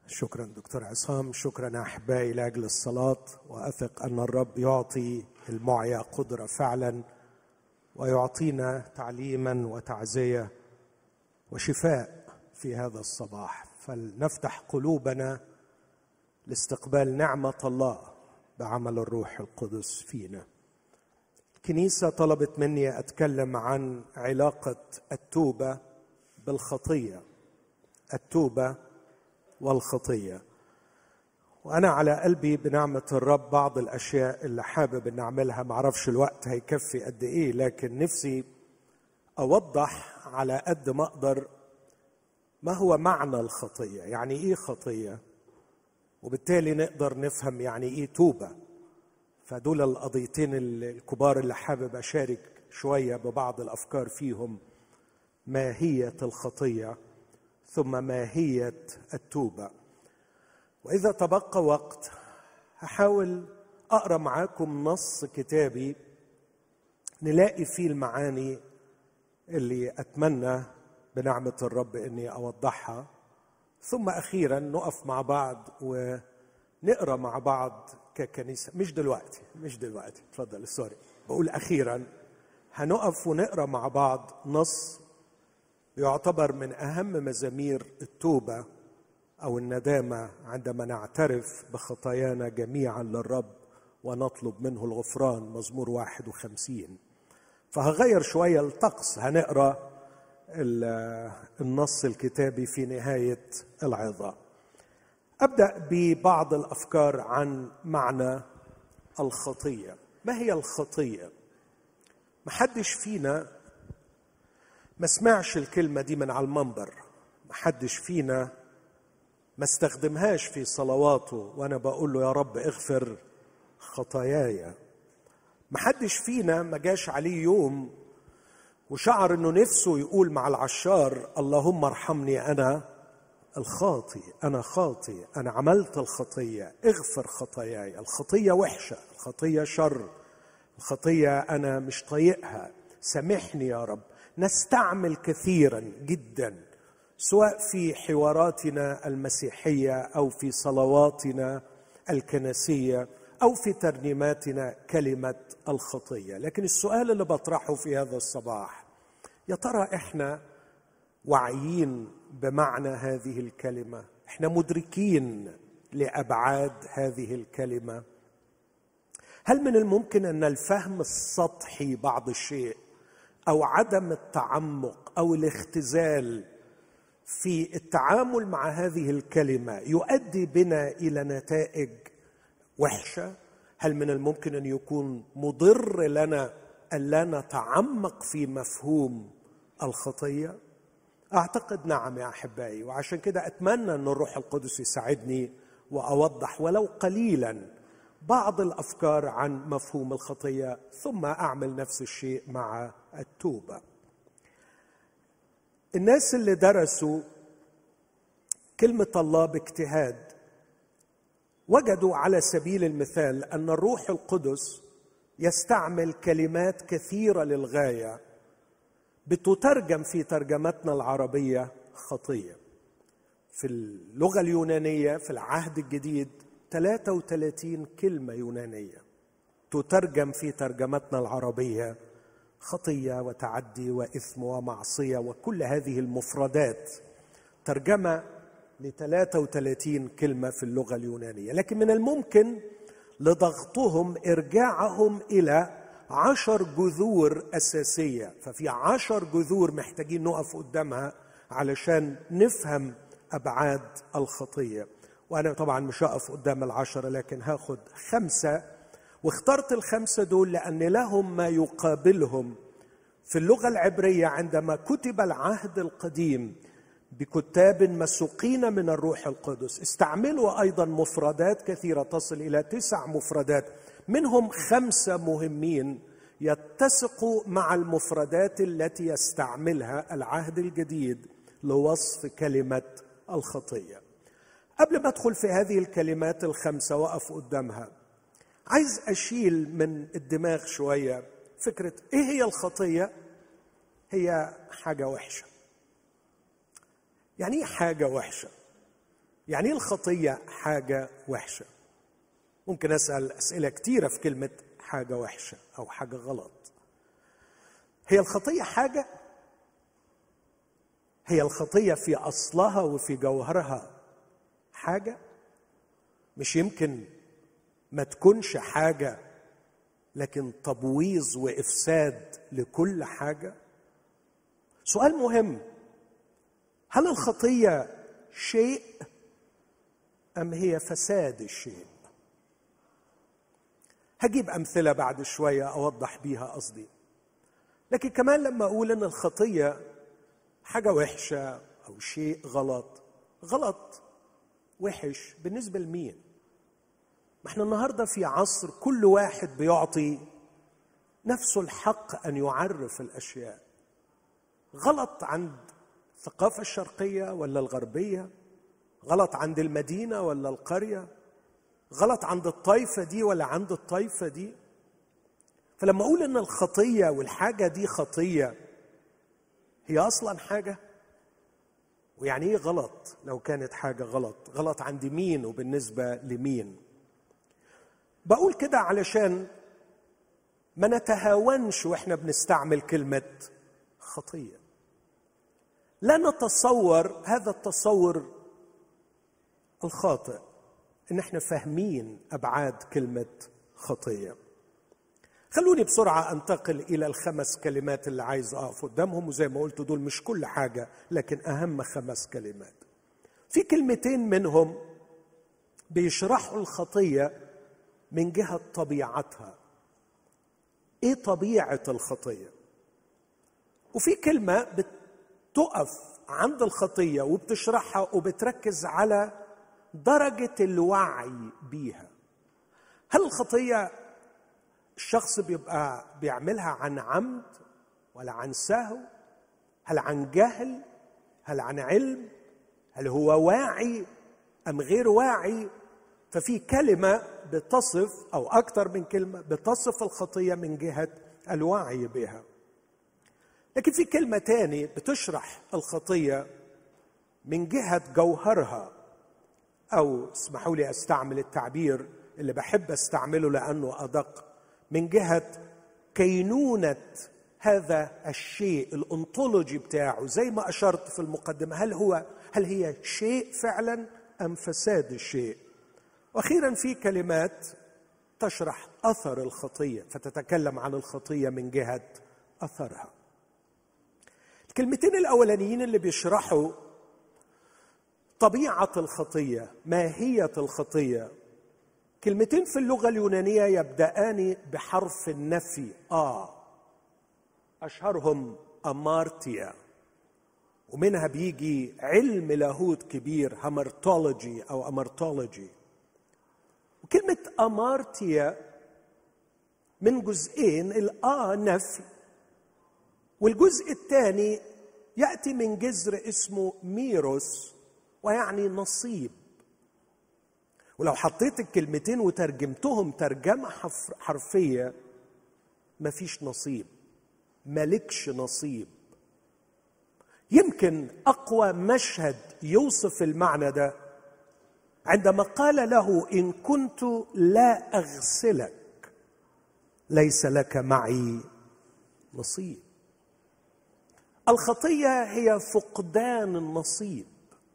شكرا دكتور عصام، شكرا أحبائي لأجل الصلاة، وأثق أن الرب يعطي المعيا قدرة فعلا ويعطينا تعليما وتعزية وشفاء في هذا الصباح. فلنفتح قلوبنا لاستقبال نعمة الله بعمل الروح القدس فينا. الكنيسة طلبت مني أتكلم عن علاقة التوبة بالخطية، التوبة والخطية. وأنا على قلبي بنعمة الرب بعض الأشياء اللي حابب أن أعملها. معرفش الوقت هيكفي قد إيه، لكن نفسي أوضح على قد ما أقدر ما هو معنى الخطية، يعني إيه خطية، وبالتالي نقدر نفهم يعني إيه توبة. فدول القضيتين الكبار اللي حابب أشارك شوية ببعض الأفكار فيهم: ماهية الخطية ثم ماهية التوبة. وإذا تبقى وقت هحاول أقرأ معاكم نص كتابي نلاقي فيه المعاني اللي أتمنى بنعمة الرب أني أوضحها، ثم أخيرا نقف مع بعض ونقرأ مع بعض ككنيسة. مش دلوقتي اتفضل، سوري، بقول أخيرا هنقف ونقرأ مع بعض نص يعتبر من أهم مزامير التوبة أو الندامة، عندما نعترف بخطايانا جميعا للرب ونطلب منه الغفران، مزمور 51. فهغير شوية الطقس، هنقرأ النص الكتابي في نهاية العظة. أبدأ ببعض الأفكار عن معنى الخطية. ما هي الخطية؟ محدش فينا ما سمعش الكلمة دي من على المنبر، محدش فينا ما استخدمهاش في صلواته وأنا بقول له يا رب اغفر خطاياي. محدش فينا ما جاش عليه يوم وشعر أنه نفسه يقول مع العشار اللهم ارحمني أنا الخاطي، أنا خاطي، أنا عملت الخطية، اغفر خطاياي. الخطية وحشة، الخطية شر، الخطية أنا مش طايقها، سامحني يا رب. نستعمل كثيرا جدا سواء في حواراتنا المسيحية أو في صلواتنا الكنسية أو في ترنيماتنا كلمة الخطية. لكن السؤال اللي بطرحه في هذا الصباح: يا ترى إحنا واعيين بمعنى هذه الكلمة؟ إحنا مدركين لأبعاد هذه الكلمة؟ هل من الممكن أن الفهم السطحي بعض الشيء أو عدم التعمق أو الاختزال في التعامل مع هذه الكلمة يؤدي بنا إلى نتائج وحشة؟ هل من الممكن أن يكون مضر لنا ألا نتعمق في مفهوم الخطية؟ أعتقد نعم يا أحبائي، وعشان كده أتمنى أن الروح القدس يساعدني وأوضح ولو قليلا بعض الأفكار عن مفهوم الخطية، ثم أعمل نفس الشيء مع التوبة. الناس اللي درسوا كلمة الله باجتهاد وجدوا على سبيل المثال أن الروح القدس يستعمل كلمات كثيرة للغاية بتترجم في ترجمتنا العربية خطية. في اللغة اليونانية في العهد الجديد 33 كلمة يونانية تترجم في ترجمتنا العربية خطية وتعدي وإثم ومعصية، وكل هذه المفردات ترجمة ل 33 كلمة في اللغة اليونانية. لكن من الممكن لضغطهم إرجاعهم إلى 10 جذور أساسية، ففي 10 جذور محتاجين نقف قدامها علشان نفهم أبعاد الخطية. وأنا طبعا مش هقف قدام 10، لكن هاخد 5، واخترت 5 دول لأن لهم ما يقابلهم في اللغة العبرية. عندما كتب العهد القديم بكتاب مسوقين من الروح القدس استعملوا أيضا مفردات كثيرة تصل إلى 9 مفردات، منهم 5 مهمين يتسقوا مع المفردات التي يستعملها العهد الجديد لوصف كلمة الخطية. قبل ما أدخل في هذه الكلمات 5 وقف قدامها، عايز أشيل من الدماغ شوية فكرة إيه هي الخطية. هي حاجة وحشة. يعني إيه حاجة وحشة؟ يعني ايه الخطية حاجة وحشة؟ ممكن أسأل أسئلة كتيرة في كلمة حاجة وحشة أو حاجة غلط. هي الخطية حاجة؟ هي الخطية في أصلها وفي جوهرها حاجة؟ مش يمكن ما تكونش حاجة لكن تبويظ وإفساد لكل حاجة؟ سؤال مهم، هل الخطية شيء أم هي فساد الشيء؟ هجيب أمثلة بعد شوية أوضح بيها قصدي. لكن كمان لما أقول إن الخطية حاجة وحشة أو شيء غلط، غلط وحش بالنسبة لمين؟ ما احنا النهاردة في عصر كل واحد بيعطي نفسه الحق أن يعرف الأشياء. غلط عند الثقافة الشرقية ولا الغربية؟ غلط عند المدينة ولا القرية؟ غلط عند الطائفة دي ولا عند الطائفة دي؟ فلما أقول إن الخطية والحاجة دي خطية، هي أصلاً حاجة؟ ويعني إيه غلط لو كانت حاجة غلط؟ غلط عند مين وبالنسبة لمين؟ بقول كده علشان ما نتهاونش وإحنا بنستعمل كلمة خطية. لا نتصور هذا التصور الخاطئ إن إحنا فاهمين أبعاد كلمة خطية. خلوني بسرعة أنتقل إلى ال5 كلمات اللي عايز أقف قدامهم، وزي ما قلت دول مش كل حاجة لكن أهم 5 كلمات. في كلمتين منهم بيشرحوا الخطية من جهة طبيعتها، إيه طبيعة الخطية؟ وفي كلمة بتقف عند الخطية وبتشرحها وبتركز على درجة الوعي بيها. هل الخطية الشخص بيبقى بيعملها عن عمد ولا عن سهو؟ هل عن جهل؟ هل عن علم؟ هل هو واعي أم غير واعي؟ ففي كلمة بتصف أو أكثر من كلمة بتصف الخطية من جهة الوعي بها. لكن في كلمة تاني بتشرح الخطية من جهة جوهرها، أو اسمحوا لي أستعمل التعبير اللي بحب أستعمله لأنه أدق، من جهة كينونة هذا الشيء، الأنطولوجي بتاعه، زي ما أشرت في المقدمة، هل هي شيء فعلا أم فساد الشيء؟ وأخيرا في كلمات تشرح أثر الخطية، فتتكلم عن الخطية من جهة أثرها. الكلمتين الأولانيين اللي بيشرحوا طبيعة الخطية، ماهية الخطية، كلمتين في اللغة اليونانية يبدأان بحرف النفي أشهرهم أمارتيا، ومنها بيجي علم لاهوت كبير هامرتولوجي أو أمارتولوجي. وكلمة أمارتيا من جزئين، نفي، والجزء الثاني يأتي من جذر اسمه ميروس ويعني نصيب. ولو حطيت الكلمتين وترجمتهم ترجمة حرفية، مفيش نصيب، مالكش نصيب. يمكن أقوى مشهد يوصف المعنى ده عندما قال له إن كنت لا أغسلك ليس لك معي نصيب. الخطية هي فقدان النصيب،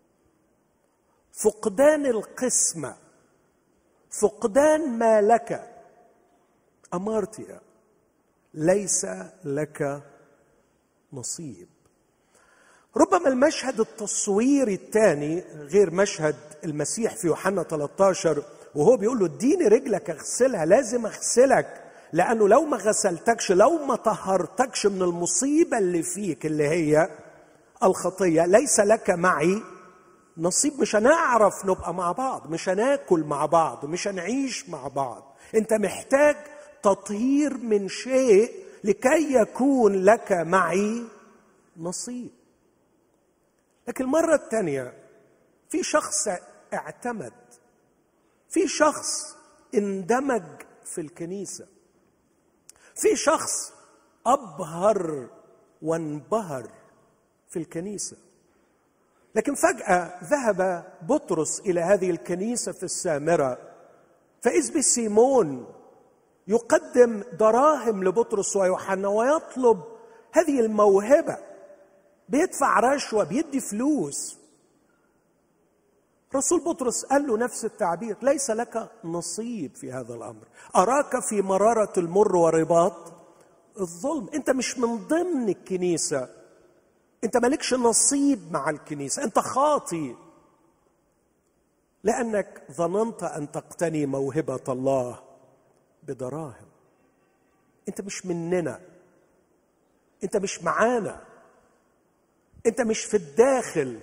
فقدان القسمة، فقدان ما لك. أمارتيا، ليس لك نصيب. ربما المشهد التصويري الثاني غير مشهد المسيح في يوحنا 13 وهو بيقول له اديني رجلك اغسلها، لازم اغسلك لأنه لو ما غسلتكش، لو ما طهرتكش من المصيبة اللي فيك اللي هي الخطية، ليس لك معي نصيب. مش هنعرف نبقى مع بعض، مش هناكل مع بعض، مش هنعيش مع بعض. انت محتاج تطهير من شيء لكي يكون لك معي نصيب. لكن المرة الثانية في شخص اعتمد، في شخص اندمج في الكنيسة، في شخص أبهر وانبهر في الكنيسة. لكن فجأة ذهب بطرس إلى هذه الكنيسة في السامرة، فإذ بسيمون يقدم دراهم لبطرس ويوحنا ويطلب هذه الموهبة، بيدفع رشوة، بيدي فلوس. رسول بطرس قال له نفس التعبير: ليس لك نصيب في هذا الأمر، أراك في مرارة المر ورباط الظلم. أنت مش من ضمن الكنيسة، أنت مالكش نصيب مع الكنيسة، أنت خاطي لأنك ظننت أن تقتني موهبة الله بدراهم. أنت مش مننا، أنت مش معانا، أنت مش في الداخل،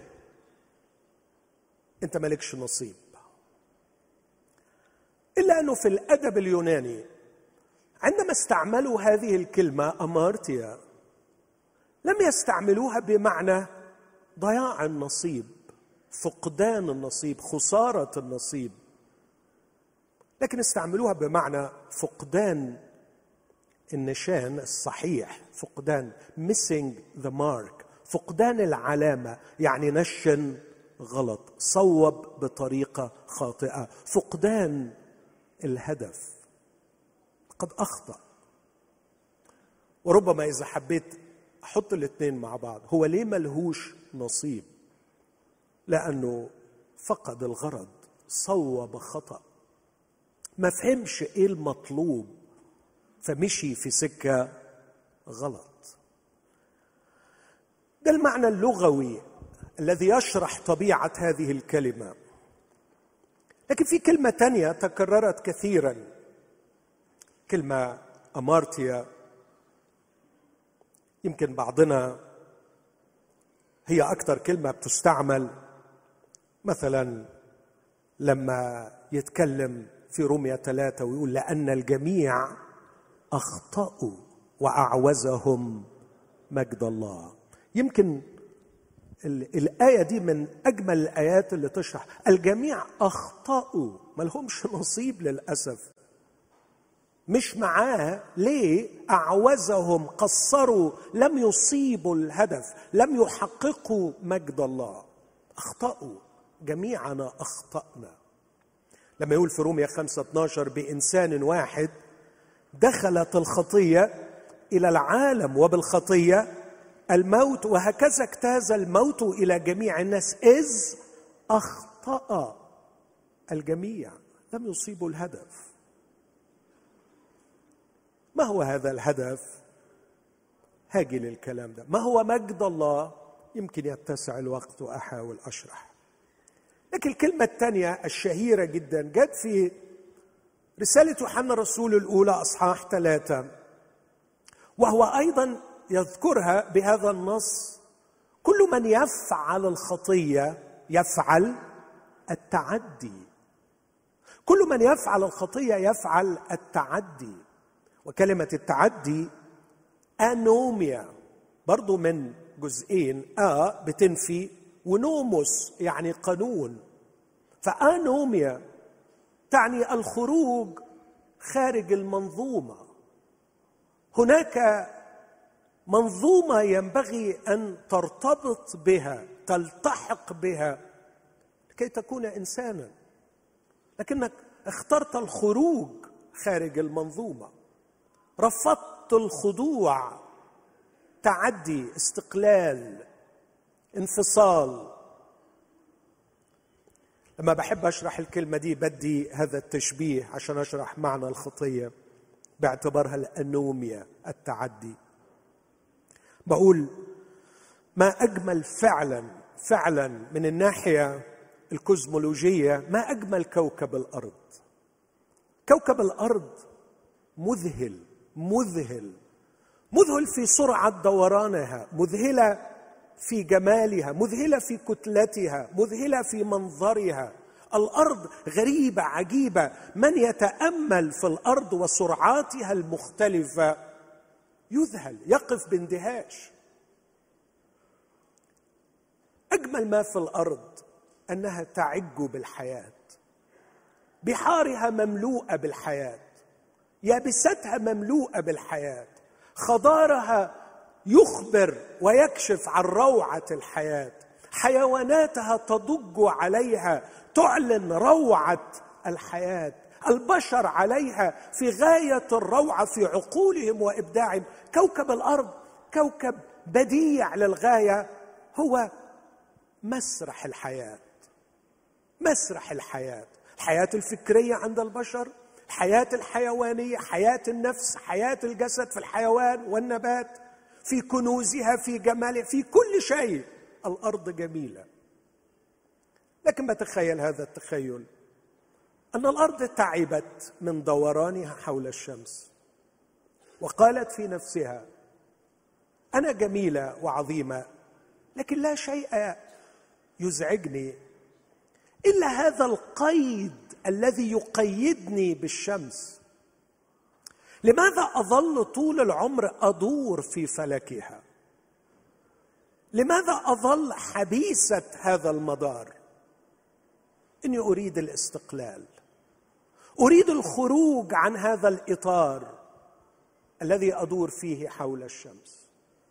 أنت مالكش نصيب. إلا أنه في الأدب اليوناني عندما استعملوا هذه الكلمة أمارتيا لم يستعملوها بمعنى ضياع النصيب، فقدان النصيب، خسارة النصيب، لكن استعملوها بمعنى فقدان النشان الصحيح، فقدان missing the mark، فقدان العلامة، يعني نشن غلط، صوب بطريقة خاطئة، فقدان الهدف، قد أخطأ. وربما إذا حبيت أحط الاثنين مع بعض، هو ليه ملهوش نصيب؟ لأنه فقد الغرض، صوب خطأ، ما فهمش إيه المطلوب، فمشي في سكة غلط. ده المعنى اللغوي الذي يشرح طبيعة هذه الكلمة. لكن في كلمة تانية تكررت كثيرا، كلمة أمارتيا، يمكن بعضنا هي أكثر كلمة بتستعمل، مثلا لما يتكلم في رومية 3 ويقول: لأن الجميع أخطأوا وأعوزهم مجد الله. يمكن الآية دي من أجمل الآيات اللي تشرح الجميع أخطأوا، ما لهمش نصيب للأسف، مش معاه. ليه؟ أعوزهم، قصروا، لم يصيبوا الهدف، لم يحققوا مجد الله، أخطأوا، جميعنا أخطأنا. لما يقول في رومية 5:12: بإنسان واحد دخلت الخطية إلى العالم وبالخطية الموت، وهكذا اجتاز الموت إلى جميع الناس إذ أخطأ الجميع، لم يصيبوا الهدف. ما هو هذا الهدف؟ هاجي للكلام ده. ما هو مجد الله؟ يمكن يتسع الوقت وأحاول أشرح. لكن الكلمة الثانية الشهيرة جدا جت في رسالة يوحنا الرسول الأولى أصحاح 3، وهو أيضا يذكرها بهذا النص: كل من يفعل الخطية يفعل التعدي. كل من يفعل الخطية يفعل التعدي. وكلمة التعدي أنوميا، برضو من جزئين، بتنفي ونوموس يعني قانون. فأنوميا تعني الخروج خارج المنظومة. هناك منظومة ينبغي أن ترتبط بها، تلتحق بها لكي تكون إنسانا، لكنك اخترت الخروج خارج المنظومة، رفضت الخضوع، تعدي، استقلال، انفصال. لما بحب أشرح الكلمة دي بدي هذا التشبيه عشان أشرح معنى الخطية باعتبارها الأنوميا، التعدي. بقول ما أجمل فعلا من الناحية الكوزمولوجية، ما أجمل كوكب الأرض. كوكب الأرض مذهل مذهل مذهل في سرعة دورانها، مذهلة في جمالها، مذهلة في كتلتها، مذهلة في منظرها. الأرض غريبة عجيبة، من يتأمل في الأرض وسرعاتها المختلفة يذهل، يقف باندهاش. أجمل ما في الأرض أنها تعج بالحياة، بحارها مملوءة بالحياة، يابستها مملوءة بالحياة، خضارها يخبر ويكشف عن روعة الحياة، حيواناتها تضج عليها تعلن روعة الحياة. البشر عليها في غاية الروعة في عقولهم وإبداعهم. كوكب الأرض كوكب بديع للغاية، هو مسرح الحياة. مسرح الحياة، الحياة الفكرية عند البشر، الحياة الحيوانية، حياة النفس، حياة الجسد في الحيوان والنبات، في كنوزها، في جمالها، في كل شيء. الأرض جميلة. لكن بتخيل هذا التخيل أن الأرض تعبت من دورانها حول الشمس، وقالت في نفسها: أنا جميلة وعظيمة، لكن لا شيء يزعجني إلا هذا القيد الذي يقيدني بالشمس. لماذا أظل طول العمر أدور في فلكها؟ لماذا أظل حبيسة هذا المدار؟ إني أريد الاستقلال، أريد الخروج عن هذا الإطار الذي أدور فيه حول الشمس.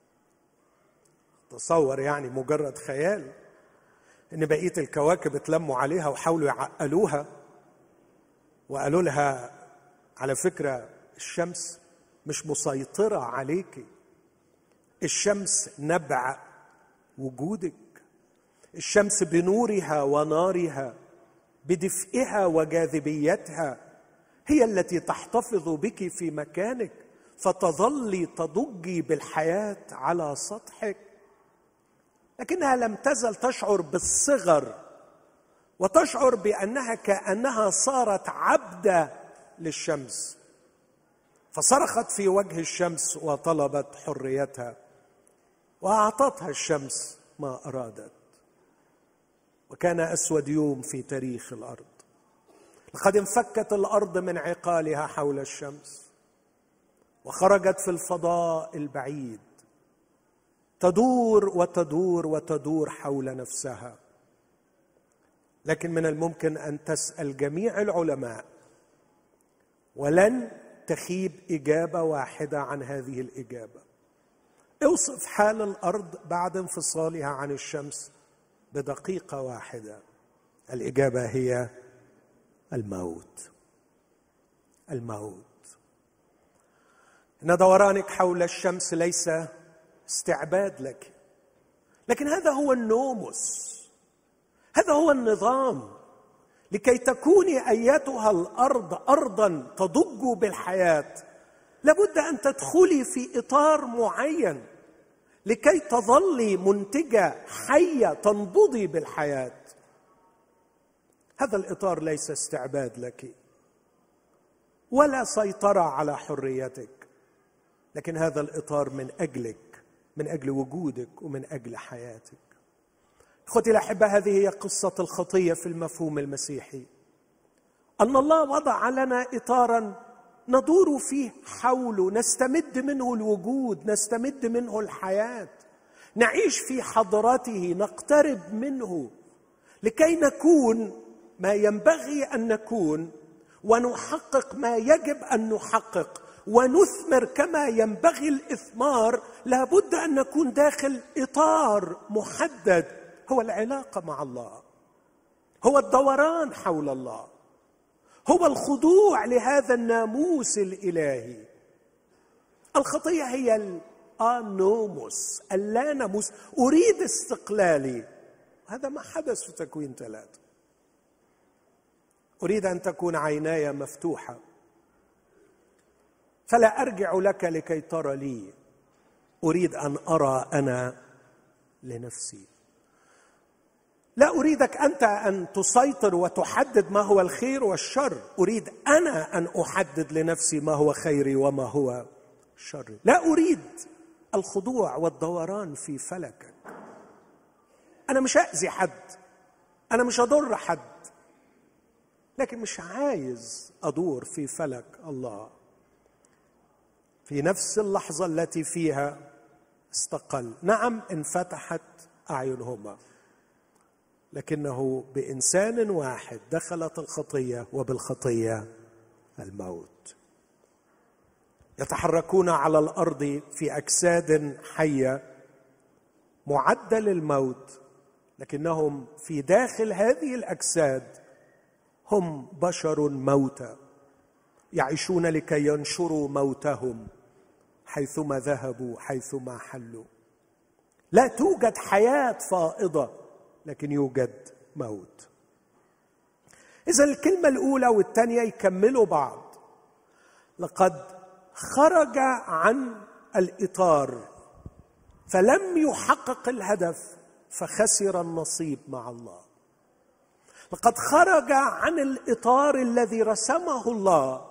تصور يعني مجرد خيال إن بقية الكواكب اتلموا عليها وحاولوا يعقلوها وقالوا لها: على فكرة الشمس مش مسيطرة عليكي، الشمس نبع وجودك، الشمس بنورها ونارها بدفئها وجاذبيتها هي التي تحتفظ بك في مكانك، فتظلي تضجي بالحياة على سطحك. لكنها لم تزل تشعر بالصغر، وتشعر بأنها كأنها صارت عبدة للشمس، فصرخت في وجه الشمس وطلبت حريتها، وأعطتها الشمس ما أرادت. وكان أسود يوم في تاريخ الأرض. لقد انفكت الأرض من عقالها حول الشمس، وخرجت في الفضاء البعيد، تدور وتدور وتدور حول نفسها. لكن من الممكن أن تسأل جميع العلماء ولن تخيب إجابة واحدة عن هذه الإجابة. اوصف حال الأرض بعد انفصالها عن الشمس بدقيقة واحدة، الإجابة هي الموت. الموت. إن دورانك حول الشمس ليس استعباد لك، لكن هذا هو النوموس، هذا هو النظام. لكي تكوني أيتها الأرض أرضا تضج بالحياة، لابد أن تدخلي في إطار معين لكي تظلي منتجة حية تنبضي بالحياة. هذا الإطار ليس استعباد لك ولا سيطرة على حريتك، لكن هذا الإطار من أجلك، من أجل وجودك ومن أجل حياتك. أخوتي الأحبة، هذه هي قصة الخطية في المفهوم المسيحي، أن الله وضع لنا إطاراً ندور فيه حوله، نستمد منه الوجود، نستمد منه الحياة، نعيش في حضرته، نقترب منه لكي نكون ما ينبغي أن نكون، ونحقق ما يجب أن نحقق، ونثمر كما ينبغي الإثمار. لابد أن نكون داخل إطار محدد، هو العلاقة مع الله، هو الدوران حول الله، هو الخضوع لهذا الناموس الإلهي. الخطية هي الناموس، اللا ناموس. أريد استقلالي، هذا ما حدث في تكوين 3. أريد أن تكون عيناي مفتوحة فلا أرجع لك لكي ترى لي، أريد أن أرى أنا لنفسي. لا أريدك أنت أن تسيطر وتحدد ما هو الخير والشر، أريد أنا أن أحدد لنفسي ما هو خيري وما هو شري. لا أريد الخضوع والدوران في فلكك. أنا مش هأذي حد، أنا مش هضر حد، لكن مش عايز أدور في فلك الله. في نفس اللحظة التي فيها استقل، نعم انفتحت أعينهما، لكنه بإنسان واحد دخلت الخطية، وبالخطية الموت. يتحركون على الأرض في أجساد حية معدة للموت، لكنهم في داخل هذه الأجساد هم بشر موتى يعيشون لكي ينشروا موتهم حيثما ذهبوا حيثما حلوا. لا توجد حياة فائضة لكن يوجد موت. إذا الكلمة الأولى والثانية يكملوا بعض. لقد خرج عن الإطار فلم يحقق الهدف فخسر النصيب مع الله. لقد خرج عن الإطار الذي رسمه الله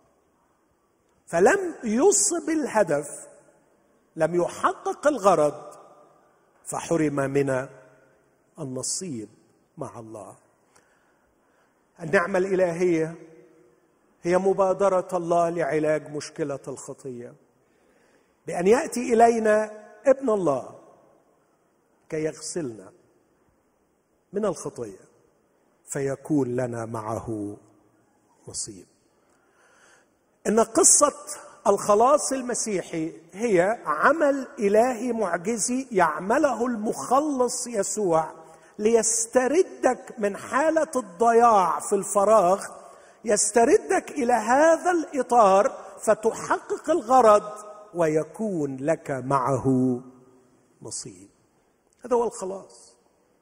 فلم يصب الهدف، لم يحقق الغرض فحرم من النصيب مع الله. النعمة الإلهية هي مبادرة الله لعلاج مشكلة الخطية بأن يأتي إلينا ابن الله كي يغسلنا من الخطية فيكون لنا معه نصيب. إن قصة الخلاص المسيحي هي عمل إلهي معجزي يعمله المخلص يسوع ليستردك من حالة الضياع في الفراغ، يستردك إلى هذا الإطار فتحقق الغرض ويكون لك معه نصيب. هذا هو الخلاص.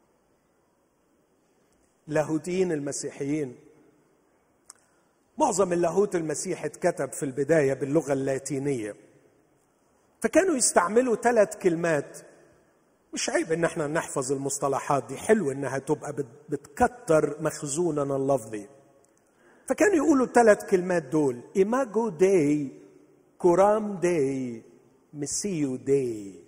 لاهوتيين المسيحيين، معظم اللاهوت المسيحي اتكتب في البداية باللغة اللاتينية، فكانوا يستعملوا 3 كلمات. مش عيب ان احنا نحفظ المصطلحات دي، حلو انها تبقى بتكتر مخزوننا اللفظي. فكانوا يقولوا 3 كلمات دول: إيماجو داي، كورام داي، ميسيو داي.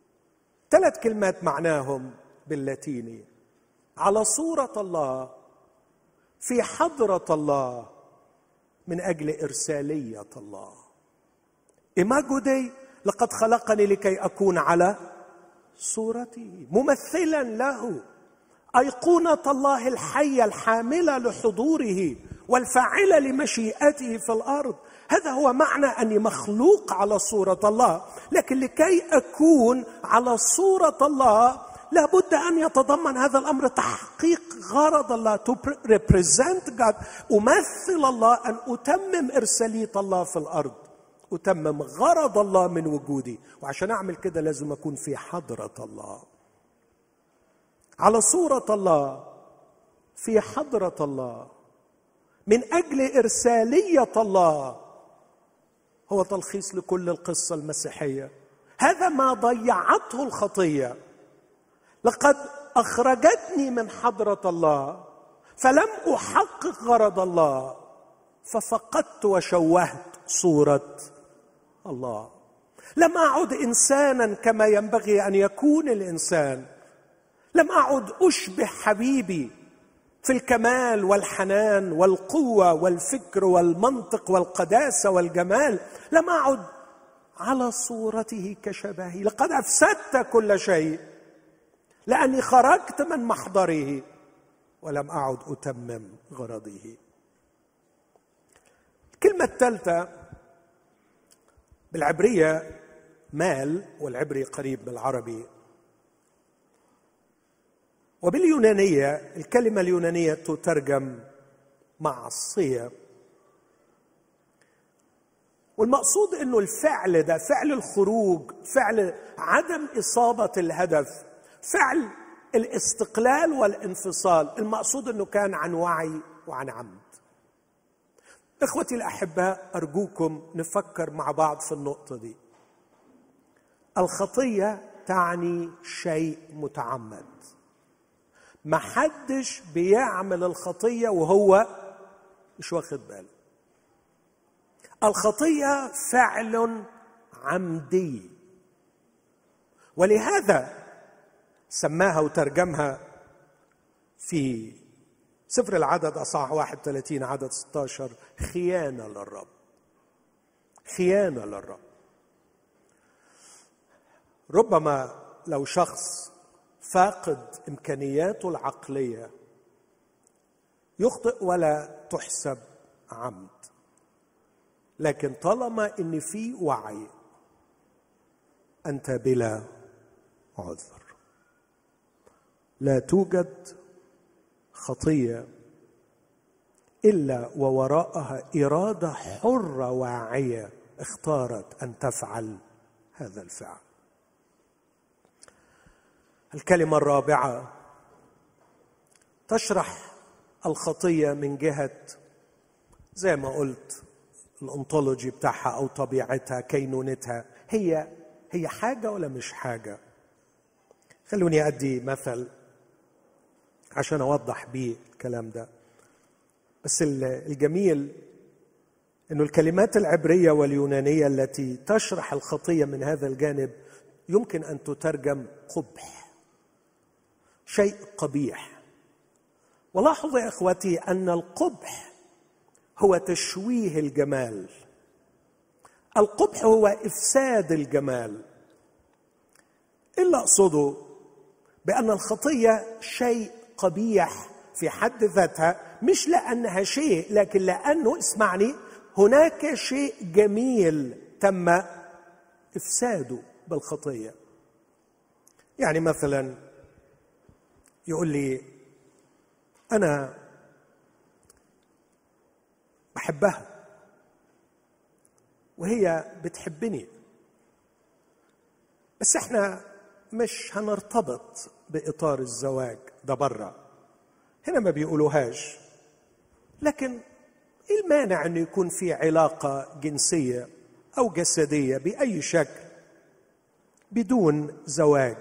3 كلمات معناهم باللاتيني: على صورة الله، في حضرة الله، من أجل إرسالية الله. إيماجو داي، لقد خلقني لكي أكون على صورته، ممثلا له، أيقونة الله الحية الحاملة لحضوره والفاعلة لمشيئته في الأرض. هذا هو معنى أني مخلوق على صورة الله. لكن لكي أكون على صورة الله لابد أن يتضمن هذا الأمر تحقيق غرض الله. to represent God، أمثل الله، أن أتمم إرسالية الله في الأرض، أتمم غرض الله من وجودي. وعشان أعمل كده لازم أكون في حضرة الله، على صورة الله، في حضرة الله، من أجل إرسالية الله. هو تلخيص لكل القصة المسيحية. هذا ما ضيعته الخطية. لقد أخرجتني من حضرة الله فلم أحقق غرض الله، ففقدت وشوهت صورة الله. لم أعد إنسانا كما ينبغي أن يكون الإنسان. لم أعد أشبه حبيبي في الكمال والحنان والقوة والفكر والمنطق والقداسة والجمال. لم أعد على صورته كشبهه. لقد أفسدت كل شيء لأني خرجت من محضره ولم أعد أتمم غرضه. الكلمة الثالثة بالعبرية مال، والعبري قريب بالعربي. وباليونانية الكلمة اليونانية تترجم معصية. والمقصود أنه الفعل ده فعل الخروج، فعل عدم إصابة الهدف، فعل الاستقلال والانفصال. المقصود أنه كان عن وعي وعن عمد. إخوتي الأحباء، أرجوكم نفكر مع بعض في النقطة دي. الخطية تعني شيء متعمد. ما حدش بيعمل الخطية وهو مش واخد باله. الخطية فعل عمدي، ولهذا سماها وترجمها في سفر العدد أصحاح 31 عدد 16 خيانة للرب. خيانة للرب. ربما لو شخص فاقد إمكانياته العقلية يخطئ ولا تحسب عمد، لكن طالما إن في وعي أنت بلا عذر. لا توجد خطية إلا ووراءها إرادة حرة واعية اختارت أن تفعل هذا الفعل. الكلمة الرابعة تشرح الخطية من جهة زي ما قلت الأنطولوجي بتاعها أو طبيعتها، كينونتها. هي حاجة ولا مش حاجة؟ خلوني أدي مثل عشان أوضح بيه الكلام ده. بس الجميل إنه الكلمات العبرية واليونانية التي تشرح الخطية من هذا الجانب يمكن أن تترجم قبح، شيء قبيح. ولاحظوا يا إخوتي أن القبح هو تشويه الجمال، القبح هو إفساد الجمال. إلا أقصده بأن الخطية شيء قبيح في حد ذاتها، مش لأنها شيء، لكن لأنه اسمعني هناك شيء جميل تم إفساده بالخطية. يعني مثلا يقول لي أنا بحبها وهي بتحبني، بس احنا مش هنرتبط بإطار الزواج ده بره، هنا ما بيقولوهاش، لكن ايه المانع انه يكون في علاقة جنسية او جسدية بأي شكل بدون زواج؟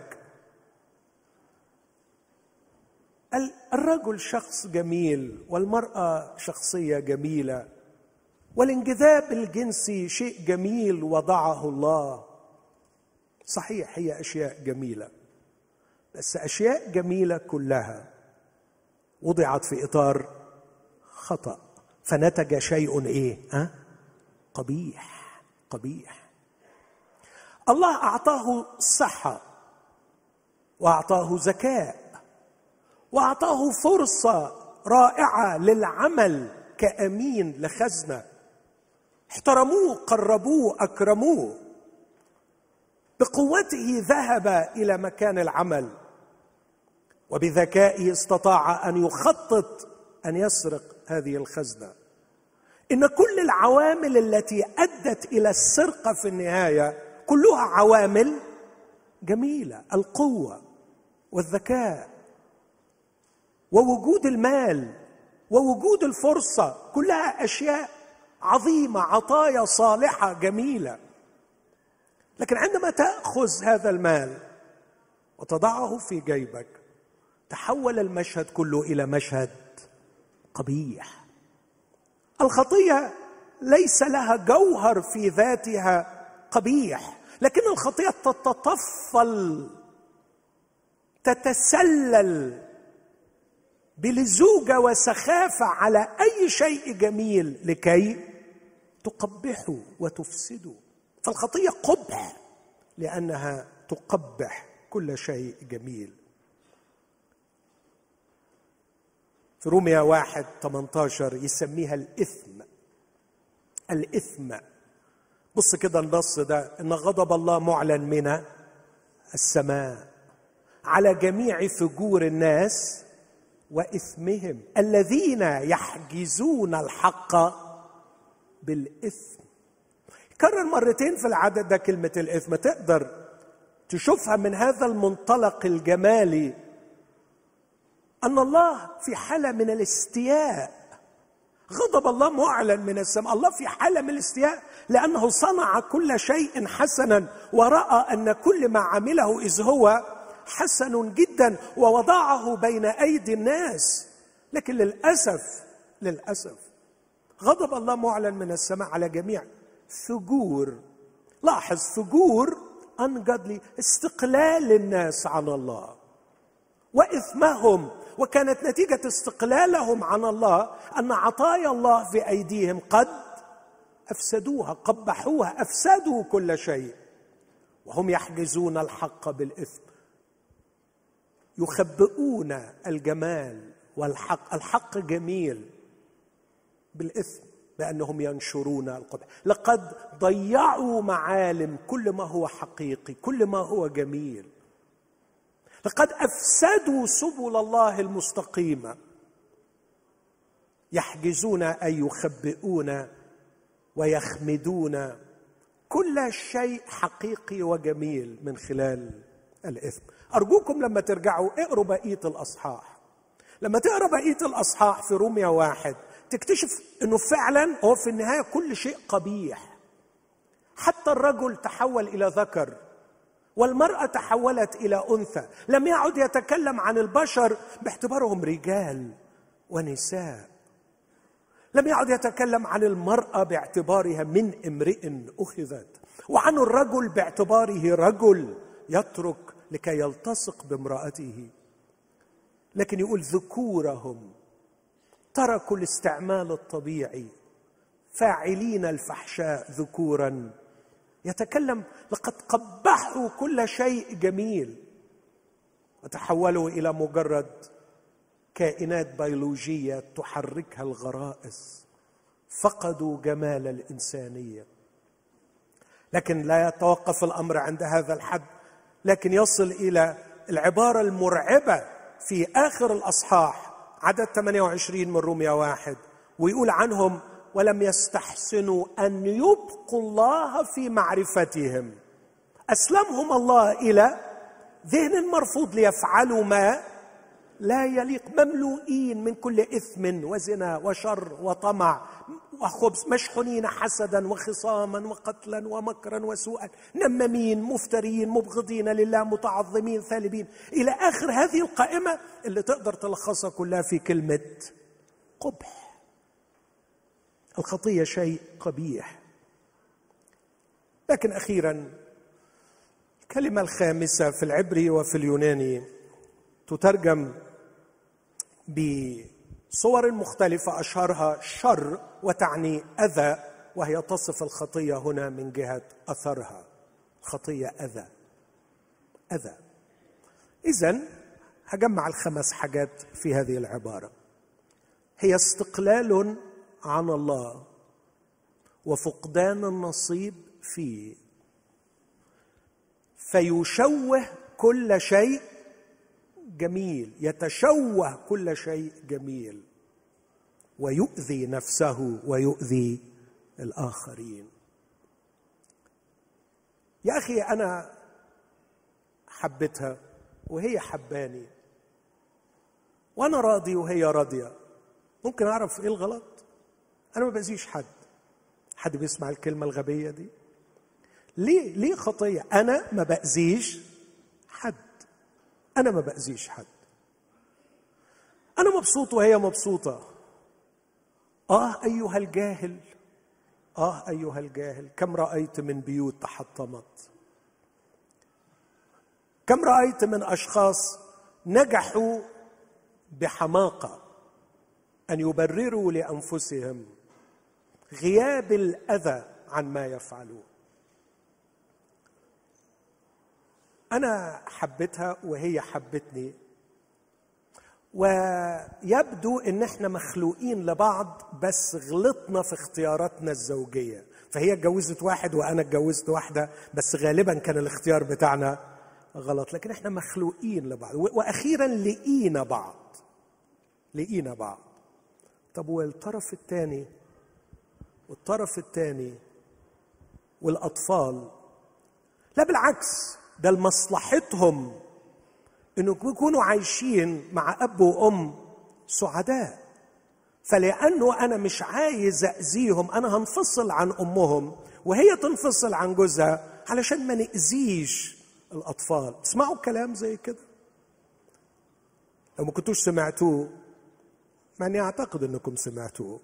الرجل شخص جميل والمرأة شخصية جميلة، والانجذاب الجنسي شيء جميل وضعه الله. صحيح هي أشياء جميلة، بس أشياء جميلة كلها وضعت في إطار خطأ، فنتج شيء إيه؟ قبيح. قبيح. الله أعطاه صحة وأعطاه ذكاء وأعطاه فرصة رائعة للعمل كأمين لخزنة، احترموه، قربوه، أكرموه، بقوته ذهب إلى مكان العمل، وبذكائه استطاع أن يخطط أن يسرق هذه الخزنة. إن كل العوامل التي أدت إلى السرقة في النهاية كلها عوامل جميلة، القوة والذكاء ووجود المال ووجود الفرصة، كلها أشياء عظيمة، عطايا صالحة جميلة. لكن عندما تأخذ هذا المال وتضعه في جيبك تحول المشهد كله إلى مشهد قبيح. الخطية ليس لها جوهر في ذاتها قبيح، لكن الخطية تتطفل، تتسلل بلزوجة وسخافة على أي شيء جميل لكي تقبحه وتفسده. فالخطية قبح لأنها تقبح كل شيء جميل. في رومية 1:18 يسميها الإثم. الإثم، بص كده النص ده، إن غضب الله معلن من السماء على جميع فجور الناس وإثمهم الذين يحجزون الحق بالإثم. كرر مرتين في العدد ده كلمة الإثم، تقدر تشوفها من هذا المنطلق الجمالي أن الله في حالة من الاستياء. غضب الله معلن من السماء، الله في حالة من الاستياء لأنه صنع كل شيء حسنا ورأى أن كل ما عمله إذ هو حسن جدا ووضعه بين أيدي الناس. لكن للأسف غضب الله معلن من السماء على جميع فجور. لاحظ، فجور ungodly، استقلال الناس عن الله وإثمهم. وكانت نتيجة استقلالهم عن الله أن عطايا الله في أيديهم قد أفسدوها، قبحوها، أفسدوا كل شيء، وهم يحجزون الحق بالإثم، يخبئون الجمال والحق. الحق جميل بالإثم بأنهم ينشرون القبح. لقد ضيعوا معالم كل ما هو حقيقي، كل ما هو جميل. لقد أفسدوا سبل الله المستقيمة، يحجزون أي يخبئون ويخمدون كل شيء حقيقي وجميل من خلال الإثم. أرجوكم لما ترجعوا اقروا بقية الأصحاح. لما تقرأ بقية الأصحاح في رومية 1 تكتشف أنه فعلا هو في النهاية كل شيء قبيح. حتى الرجل تحول إلى ذكر والمرأة تحولت إلى أنثى. لم يعد يتكلم عن البشر باعتبارهم رجال ونساء. لم يعد يتكلم عن المرأة باعتبارها من امرئ أخذت، وعن الرجل باعتباره رجل يترك لكي يلتصق بامرأته. لكن يقول ذكورهم تركوا الاستعمال الطبيعي، فاعلين الفحشاء ذكورا. يتكلم لقد قبحوا كل شيء جميل وتحولوا إلى مجرد كائنات بيولوجية تحركها الغرائز. فقدوا جمال الإنسانية. لكن لا يتوقف الأمر عند هذا الحد، لكن يصل إلى العبارة المرعبة في آخر الأصحاح عدد 28 من رومية 1، ويقول عنهم ولم يستحسنوا أن يبقوا الله في معرفتهم. أسلمهم الله إلى ذهن مرفوض ليفعلوا ما لا يليق، مملوئين من كل إثم وزنا وشر وطمع وخبث، مشحونين حسدا وخصاما وقتلا ومكرا وسوءا، نمامين مفترين مبغضين لله متعظمين ثالبين، إلى آخر هذه القائمة اللي تقدر تلخصها كلها في كلمة قبح. الخطية شيء قبيح. لكن أخيرا الكلمة الخامسة في العبري وفي اليوناني تترجم بصور مختلفة، أشهرها شر وتعني أذى، وهي تصف الخطية هنا من جهة أثرها. خطية أذى. إذن هجمع الخمس حاجات في هذه العبارة. هي استقلال عن الله وفقدان النصيب فيه، فيشوه كل شيء جميل، يتشوه كل شيء جميل، ويؤذي نفسه ويؤذي الآخرين. يا أخي أنا حبتها وهي حباني، وأنا راضي وهي راضية، ممكن أعرف إيه الغلط؟ أنا ما بأذيش حد بيسمع الكلمة الغبية دي؟ ليه خطية؟ أنا ما بأذيش حد. أنا مبسوط وهي مبسوطة. أيها الجاهل، كم رأيت من بيوت تحطمت، كم رأيت من أشخاص نجحوا بحماقة أن يبرروا لأنفسهم غياب الأذى عن ما يفعلون. أنا حبيتها وهي حبتني، ويبدو إن إحنا مخلوقين لبعض، بس غلطنا في اختياراتنا الزوجية. فهي اتجوزت واحد وأنا اتجوزت واحدة، بس غالبا كان الاختيار بتاعنا غلط، لكن إحنا مخلوقين لبعض. وأخيرا لقينا بعض. طب والطرف الثاني والأطفال؟ لا بالعكس، ده لمصلحتهم إنه يكونوا عايشين مع أب وأم سعداء. فلأنه أنا مش عايز أذيهم، أنا هنفصل عن أمهم وهي تنفصل عن جوزها علشان ما نأذيش الأطفال. تسمعوا كلام زي كده؟ لو ما كنتوش سمعتوه، مع أني أعتقد أنكم سمعتوه،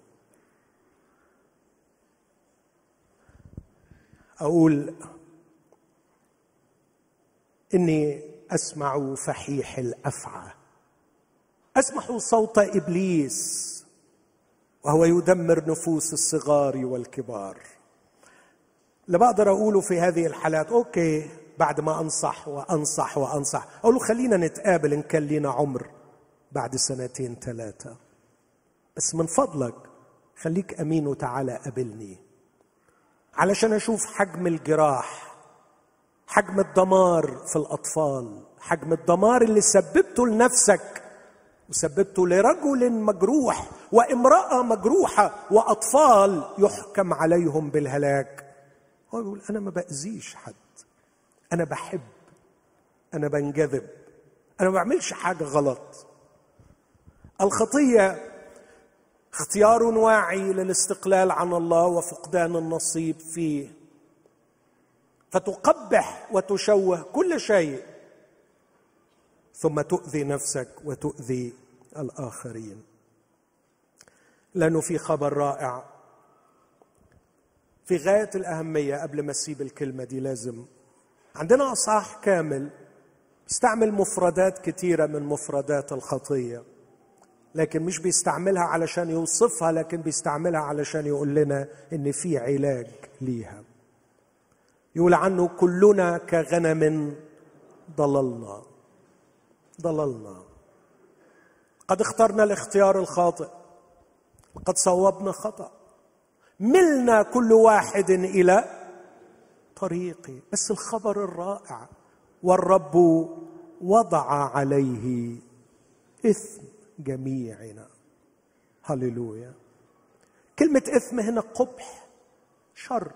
أقول إني أسمع فحيح الأفعى، أسمع صوت إبليس وهو يدمر نفوس الصغار والكبار. اللي بقدر أقوله في هذه الحالات، أوكي، بعد ما أنصح أقول له خلينا نتقابل إن كان لينا عمر بعد 2-3، بس من فضلك خليك أمين وتعالى قابلني علشان أشوف حجم الجراح، حجم الدمار في الأطفال، حجم الدمار اللي سببته لنفسك وسببته لرجل مجروح وامرأة مجروحة وأطفال يحكم عليهم بالهلاك. هو يقول أنا ما بأذيش حد، أنا بحب، أنا بنجذب، أنا ما بعملش حاجة غلط. الخطية اختيار واعي للاستقلال عن الله وفقدان النصيب فيه، فتقبح وتشوه كل شيء ثم تؤذي نفسك وتؤذي الآخرين. لأنه في خبر رائع في غاية الأهمية. قبل ما أسيب الكلمة دي لازم عندنا أصحاح كامل بيستعمل مفردات كتيرة من مفردات الخطية، لكن مش بيستعملها علشان يوصفها، لكن بيستعملها علشان يقول لنا إن في علاج ليها. يقول عنه كلنا كغنم ضللنا. قد اخترنا الاختيار الخاطئ، قد صوبنا خطأ، ملنا كل واحد إلى طريقه. بس الخبر الرائع، والرب وضع عليه إثم جميعنا. هللويا. كلمة إثم هنا قبح، شر،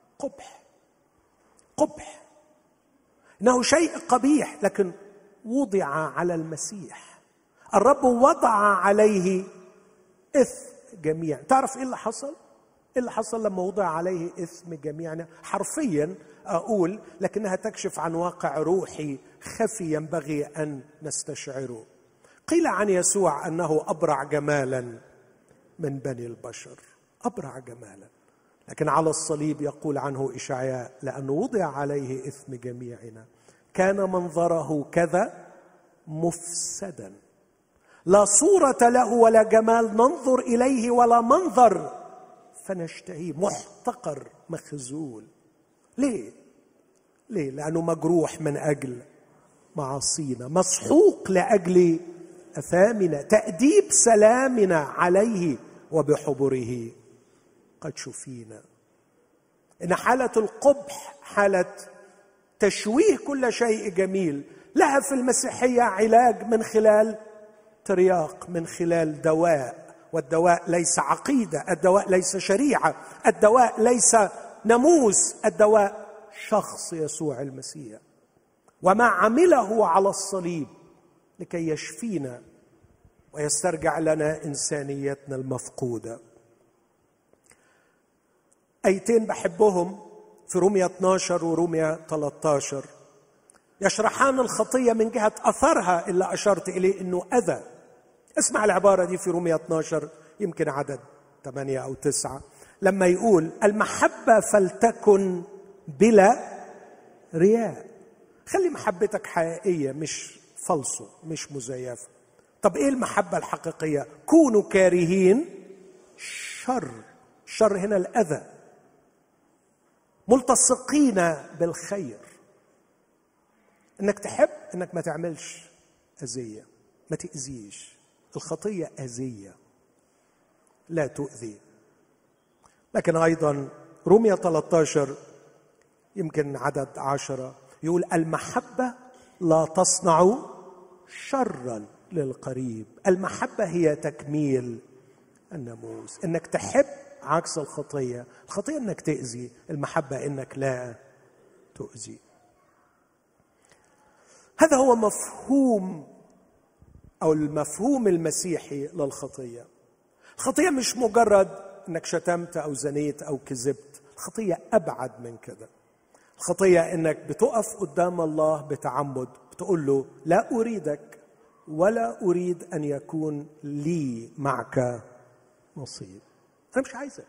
قبح، إنه شيء قبيح، لكن وضع على المسيح. الرب وضع عليه إثم جميع. تعرف إيه اللي حصل؟ إيه اللي حصل لما وضع عليه إثم جميعنا؟ حرفيا أقول، لكنها تكشف عن واقع روحي خفي ينبغي أن نستشعره. قيل عن يسوع أنه أبرع جمالا من بني البشر، أبرع جمالا، لكن على الصليب يقول عنه إشعياء لأنه وضع عليه إثم جميعنا كان منظره كذا مفسدا، لا صورة له ولا جمال ننظر إليه ولا منظر فنشتهيه، محتقر مخزول. ليه؟ لأنه مجروح من أجل معاصينا، مسحوق لأجل أثامنا، تأديب سلامنا عليه وبحبره قد شفينا. إن حالة القبح حالة تشويه كل شيء جميل، لها في المسيحية علاج من خلال ترياق، من خلال دواء. والدواء ليس عقيدة، الدواء ليس شريعة، الدواء ليس ناموس، الدواء شخص يسوع المسيح وما عمله على الصليب لكي يشفينا ويسترجع لنا إنسانيتنا المفقودة. آيتين بحبهم في رومية 12 ورومية 13 يشرحان الخطية من جهة أثرها اللي أشرت إليه إنه أذى. اسمع العبارة دي في رومية 12 يمكن عدد 8 أو 9 لما يقول المحبة فلتكن بلا رياء. خلي محبتك حقيقية، مش فلسو، مش مزيفة. طب إيه المحبة الحقيقية؟ كونوا كارهين الشر هنا الأذى، ملتصقين بالخير. إنك تحب إنك ما تعملش أذية، ما تأذيش. الخطية أذية لا تؤذي. لكن أيضا رومية 13 يمكن عدد 10 يقول المحبة لا تصنع شرا للقريب. المحبة هي تكميل الناموس. إنك تحب عكس الخطية. الخطية إنك تأذي، المحبة إنك لا تؤذي. هذا هو مفهوم أو المفهوم المسيحي للخطية. الخطية مش مجرد إنك شتمت أو زنيت أو كذبت، الخطية أبعد من كده. الخطية إنك بتقف قدام الله بتعمد بتقول له لا أريدك ولا أريد أن يكون لي معك نصيب. أنا مش عايزك،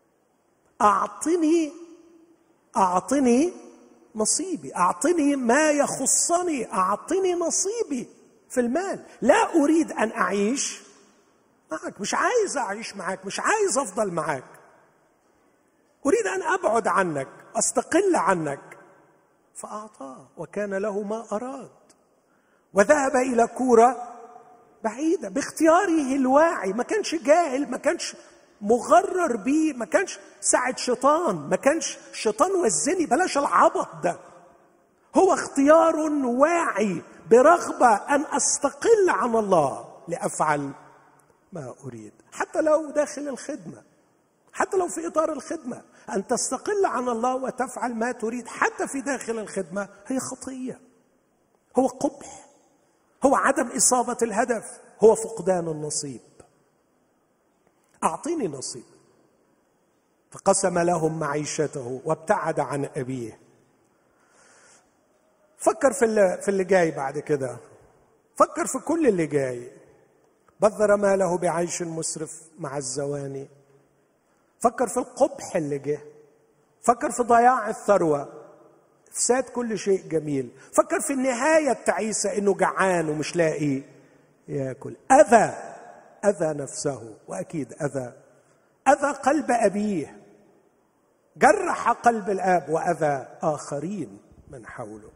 أعطني نصيبي، أعطني ما يخصني، أعطني نصيبي في المال. لا أريد أن أعيش معك، مش عايز أعيش معك، مش عايز أفضل معك، أريد أن أبعد عنك، أستقل عنك. فأعطاه وكان له ما أراد وذهب إلى كورة بعيدة باختياره الواعي. ما كانش جاهل، ما كانش مغرر بيه، ما كانش ساعد شيطان، ما كانش شيطان وزني، بلاش العبط ده. هو اختيار واعي برغبة أن أستقل عن الله لأفعل ما أريد، حتى لو داخل الخدمة، حتى لو في إطار الخدمة. أن تستقل عن الله وتفعل ما تريد حتى في داخل الخدمة هي خطية، هو قبح، هو عدم إصابة الهدف، هو فقدان النصيب. أعطيني نصيب. فقسم لهم معيشته وابتعد عن أبيه. فكر في اللي جاي بعد كده، فكر في كل اللي جاي. بذر ماله بعيش مسرف مع الزواني. فكر في القبح اللي جه، فكر في ضياع الثروة، افساد كل شيء جميل. فكر في النهاية التعيسة، انه جعان ومش لاقي ياكل. اذى نفسه، واكيد اذى قلب ابيه، جرح قلب الاب، واذى اخرين من حوله.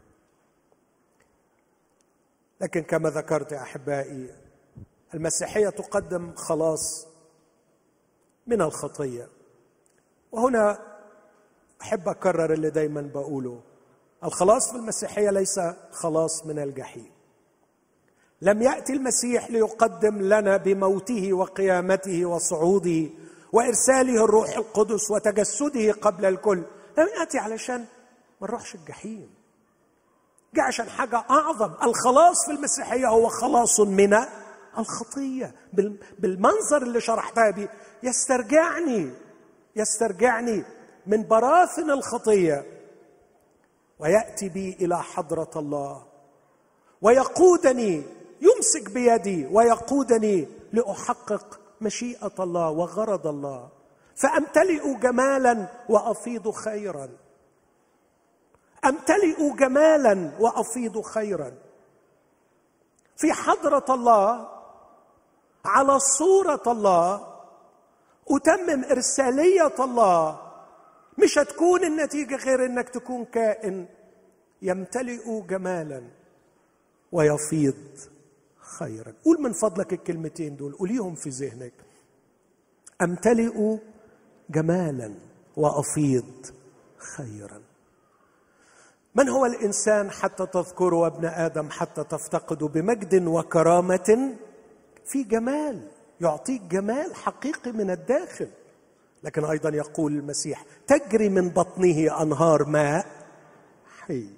لكن كما ذكرت يا احبائي، المسيحية تقدم خلاص من الخطية. وهنا أحب أكرر اللي دايما بقوله: الخلاص في المسيحية ليس خلاص من الجحيم. لم يأتي المسيح ليقدم لنا بموته وقيامته وصعوده وإرساله الروح القدس وتجسده قبل الكل، لم يأتي علشان ما نروحش الجحيم، جاء عشان حاجة أعظم. الخلاص في المسيحية هو خلاص من الخطية. بالمنظر اللي شرحتها بيه يسترجعني من براثن الخطية، ويأتي بي إلى حضرة الله، ويقودني، يمسك بيدي ويقودني لأحقق مشيئة الله وغرض الله، فأمتلئ جمالا وأفيض خيرا. أمتلئ جمالا وأفيض خيرا في حضرة الله، على صورة الله، أتمم إرسالية الله. مش هتكون النتيجة غير أنك تكون كائن يمتلئ جمالا ويفيض خيرا. قول من فضلك الكلمتين دول، قوليهم في ذهنك: أمتلئ جمالا وأفيض خيرا. من هو الإنسان حتى تذكره، وابن آدم حتى تفتقده؟ بمجد وكرامة في جمال، يعطيك جمال حقيقي من الداخل. لكن أيضا يقول المسيح: تجري من بطنه أنهار ماء حي.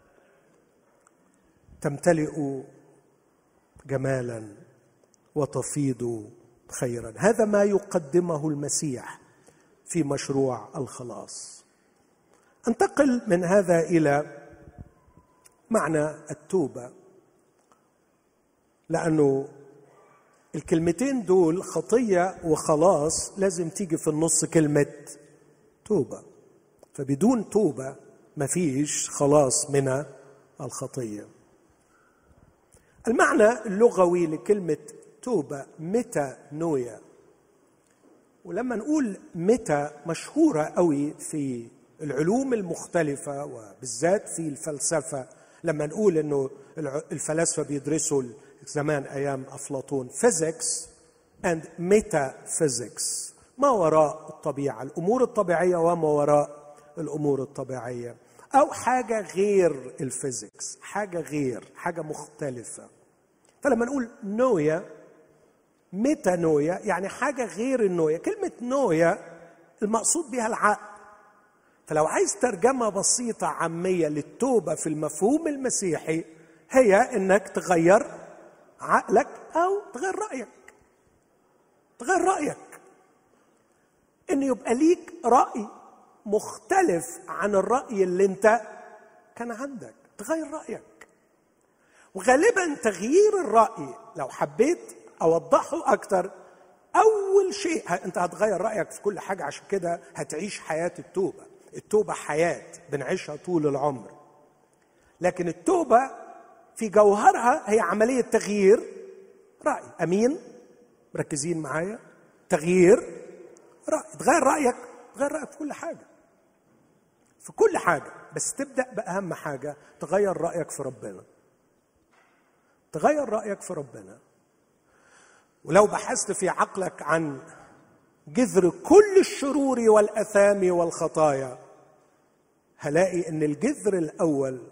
تمتلئ جمالا وتفيض خيرا. هذا ما يقدمه المسيح في مشروع الخلاص. انتقل من هذا إلى معنى التوبة، لأنه الكلمتين دول، خطية وخلاص، لازم تيجي في النص كلمة توبة. فبدون توبة مفيش خلاص من الخطية. المعنى اللغوي لكلمة توبة ميتانويا. ولما نقول ميتا، مشهورة قوي في العلوم المختلفة وبالذات في الفلسفة. لما نقول إنه الفلاسفة بيدرسوا زمان أيام أفلاطون physics and metaphysics، ما وراء الطبيعة، الأمور الطبيعية وما وراء الأمور الطبيعية، أو حاجة غير الفيزيكس، حاجة غير، حاجة مختلفة. فلما نقول نويا، ميتانويا، يعني حاجة غير النويا. كلمة نويا المقصود بها العقل. فلو عايز ترجمة بسيطة عامية للتوبة في المفهوم المسيحي، هي إنك تغير عقلك أو تغير رأيك، إن يبقى ليك رأي مختلف عن الرأي اللي انت كان عندك، تغير رأيك. وغالبا تغيير الرأي، لو حبيت أوضحه أكتر، أول شيء أنت هتغير رأيك في كل حاجة. عشان كده هتعيش حياة التوبة. التوبة حياة بنعيشها طول العمر، لكن التوبة في جوهرها هي عملية تغيير رأي. أمين؟ مركزين معايا؟ تغيير رأي. تغير رأيك في كل حاجة، في كل حاجة. بس تبدأ بأهم حاجة، تغير رأيك في ربنا. تغير رأيك في ربنا. ولو بحثت في عقلك عن جذر كل الشرور والأثام والخطايا، هلاقي أن الجذر الأول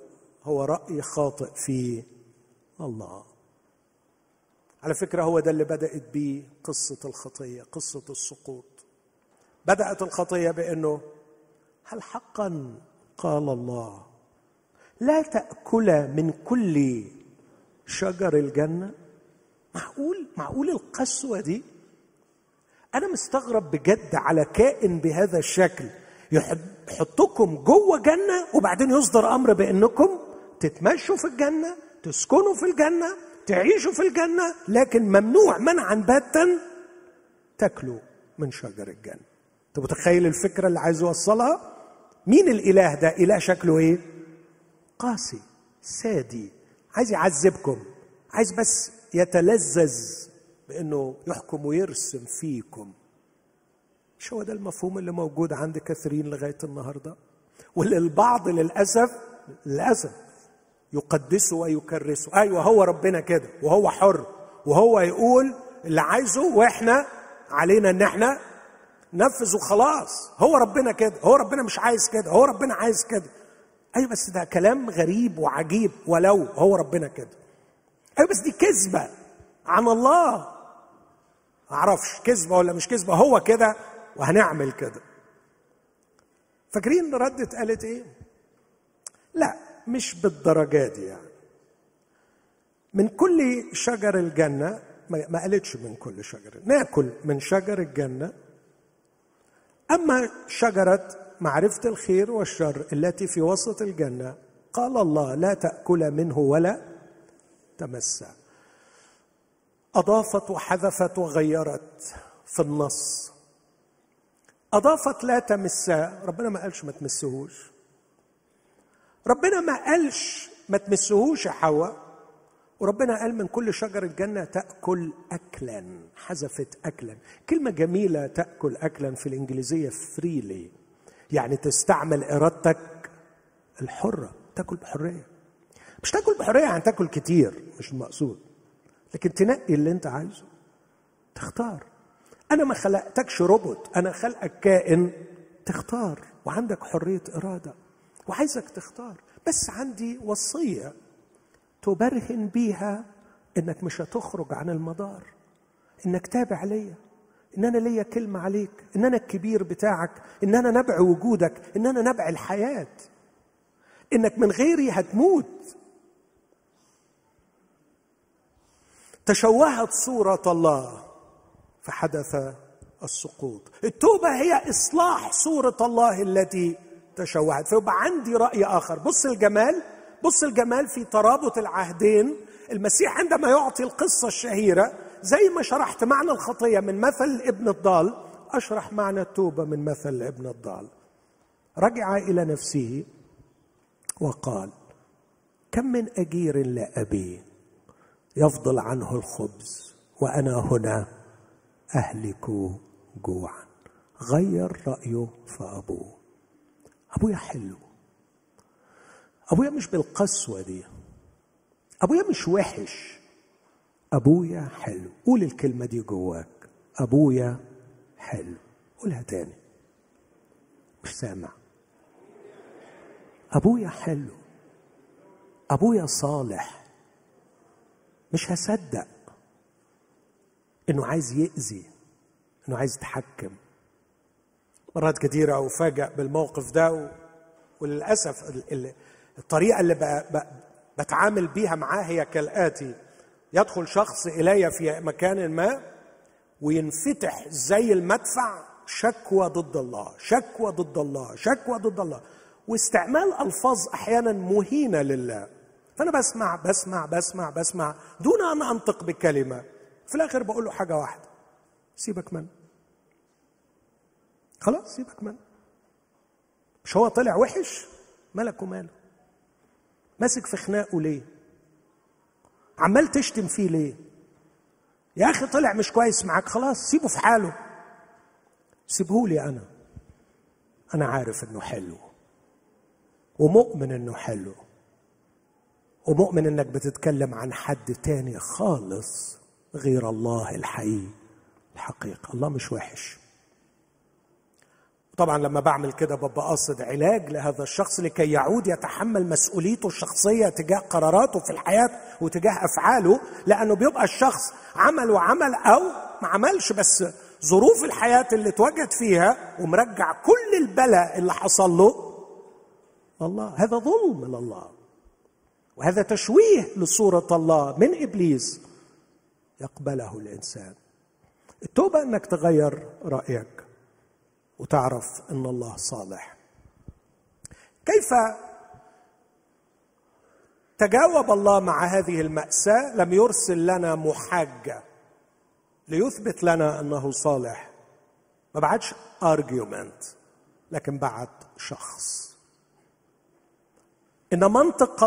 هو رأي خاطئ في الله. على فكرة هو ده اللي بدأت بيه قصة الخطية، قصة السقوط. بدأت الخطية بأنه هل حقا قال الله لا تأكل من كل شجر الجنة؟ معقول القسوة دي؟ أنا مستغرب بجد على كائن بهذا الشكل يحطكم جوه جنة وبعدين يصدر أمر بأنكم تتمشوا في الجنة، تسكنوا في الجنة، تعيشوا في الجنة، لكن ممنوع منعا باتا تاكلوا من شجر الجنة. أنت متخيل الفكرة اللي عايز يوصلها؟ مين الإله ده؟ إله شكله إيه؟ قاسي سادي، عايز يعذبكم، عايز بس يتلذذ بأنه يحكم ويرسم فيكم. مش هو ده المفهوم اللي موجود عند كثيرين لغاية النهاردة، واللي البعض للأسف يقدسه ويكرسه. أيوة هو ربنا كده، وهو حر، وهو يقول اللي عايزه، وإحنا علينا إن إحنا ننفذ وخلاص. هو ربنا كده، هو ربنا مش عايز كده، هو ربنا عايز كده. أيوة بس ده كلام غريب وعجيب. ولو هو ربنا كده، أيوة بس دي كذبة عن الله. معرفش كذبة ولا مش كذبة، هو كده وهنعمل كده. فاكرين ردت قالت ايه؟ لا مش بالدرجة دي يعني. من كل شجر الجنة، ما قالتش من كل شجر، ناكل من شجر الجنة، أما شجرة معرفة الخير والشر التي في وسط الجنة قال الله لا تأكل منه ولا تمسها. أضافت وحذفت وغيرت في النص. أضافت لا تمسها، ربنا ما قالش ما تمسهوش. ربنا ما قالش ما تمسهوش يا حواء، وربنا قال من كل شجر الجنة تأكل أكلا. حذفت أكلا. كلمة جميلة تأكل أكلا في الإنجليزية فريلي، يعني تستعمل إرادتك الحرة، تأكل بحرية. مش تأكل بحرية يعني تأكل كتير، مش المقصود، لكن تنقي اللي انت عايزه، تختار. انا ما خلقتكش روبوت، انا خلقك كائن تختار، وعندك حرية إرادة، وعايزك تختار. بس عندي وصية تبرهن بيها انك مش هتخرج عن المدار، انك تابع ليا، ان انا ليا كلمة عليك، ان انا الكبير بتاعك، ان انا نبع وجودك، ان انا نبع الحياة، انك من غيري هتموت. تشوهت صورة الله فحدث السقوط. التوبة هي إصلاح صورة الله التي تشوهت. فيبقى عندي رأي آخر. بص الجمال في ترابط العهدين. المسيح عندما يعطي القصة الشهيرة، زي ما شرحت معنى الخطية من مثل ابن الضال، أشرح معنى التوبة من مثل ابن الضال. رجع إلى نفسه وقال كم من أجير لأبي يفضل عنه الخبز وأنا هنا أهلك جوعا. غير رأيه فأبوه. أبويا حلو، أبويا مش بالقسوة دي، أبويا مش وحش، أبويا حلو. قول الكلمة دي جواك، أبويا حلو. قولها تاني، مش سامع. أبويا حلو، أبويا صالح. مش هصدق إنه عايز يأذي، إنه عايز يتحكم. مرات كتيرة أفاجأ بالموقف ده، وللأسف الطريقة اللي بتعامل بيها معاه هي كالآتي: يدخل شخص إلي في مكان ما وينفتح زي المدفع شكوى ضد الله، شكوى ضد الله، شكوى ضد الله، واستعمال ألفاظ أحيانا مهينة لله. فأنا بسمع دون أن أنطق بكلمة. في الآخر بقول له حاجة واحدة: سيبك منه، خلاص سيبك منه. مش هو طلع وحش؟ مالك وماله؟ ماسك في خناقه ليه؟ عمال تشتم فيه ليه؟ يا أخي طلع مش كويس معاك، خلاص سيبه في حاله، سيبهولي أنا عارف إنه حلو، ومؤمن إنه حلو، ومؤمن إنك بتتكلم عن حد تاني خالص غير الله الحقيقي. الله مش وحش. وطبعا لما بعمل كده ببقى قاصد علاج لهذا الشخص لكي يعود يتحمل مسؤوليته الشخصية تجاه قراراته في الحياة وتجاه أفعاله، لأنه بيبقى الشخص عمل وعمل أو ما عملش، بس ظروف الحياة اللي اتوجد فيها ومرجع كل البلاء اللي حصل له الله. هذا ظلم لله، وهذا تشويه لصورة الله من إبليس يقبله الإنسان. التوبة أنك تغير رأيك وتعرف أن الله صالح. كيف تجاوب الله مع هذه المأساة؟ لم يرسل لنا محاجة ليثبت لنا أنه صالح، ما بعتش argument، لكن بعت شخص. إن منطق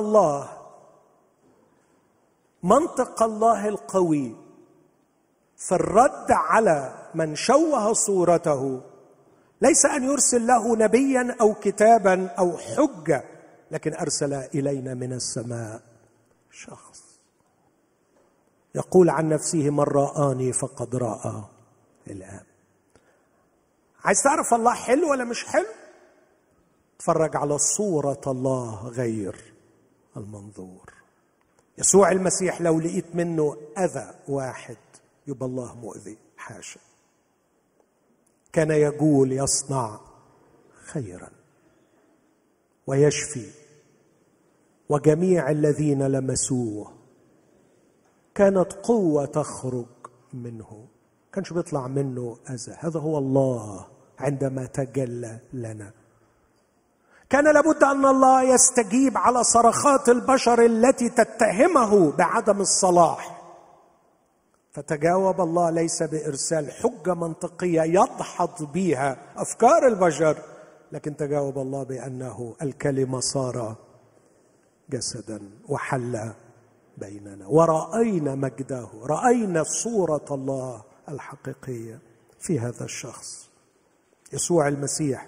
الله القوي في الرد على من شوه صورته ليس أن يرسل له نبيا أو كتابا أو حجة، لكن أرسل إلينا من السماء شخص يقول عن نفسه من رآني فقد رأى الآب. عايز تعرف الله حلو ولا مش حلو؟ اتفرج على صورة الله غير المنظور. يسوع المسيح لو لقيت منه أذى واحد يبقى الله مؤذي، حاشا. كان يقول يصنع خيرا ويشفي، وجميع الذين لمسوه كانت قوة تخرج منه، كانش بيطلع منه أذى. هذا هو الله عندما تجلى لنا. كان لابد أن الله يستجيب على صرخات البشر التي تتهمه بعدم الصلاح، فتجاوب الله ليس بإرسال حجة منطقية يدحض بها أفكار البشر، لكن تجاوب الله بأنه الكلمة صار جسدا وحل بيننا ورأينا مجده، رأينا صورة الله الحقيقية في هذا الشخص. يسوع المسيح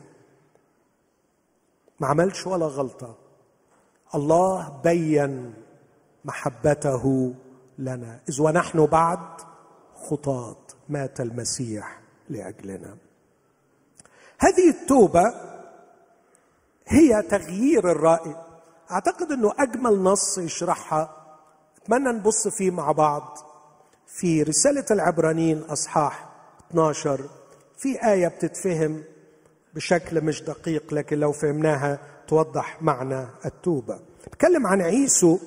ما عملش ولا غلطة، الله بين محبته لنا، إذ ونحن بعد خطاة مات المسيح لأجلنا. هذه التوبة هي تغيير الرأي. أعتقد أنه أجمل نص يشرحها أتمنى نبص فيه مع بعض في رسالة العبرانيين أصحاح 12. في آية بتتفهم بشكل مش دقيق، لكن لو فهمناها توضح معنى التوبة. بتكلم عن عيسو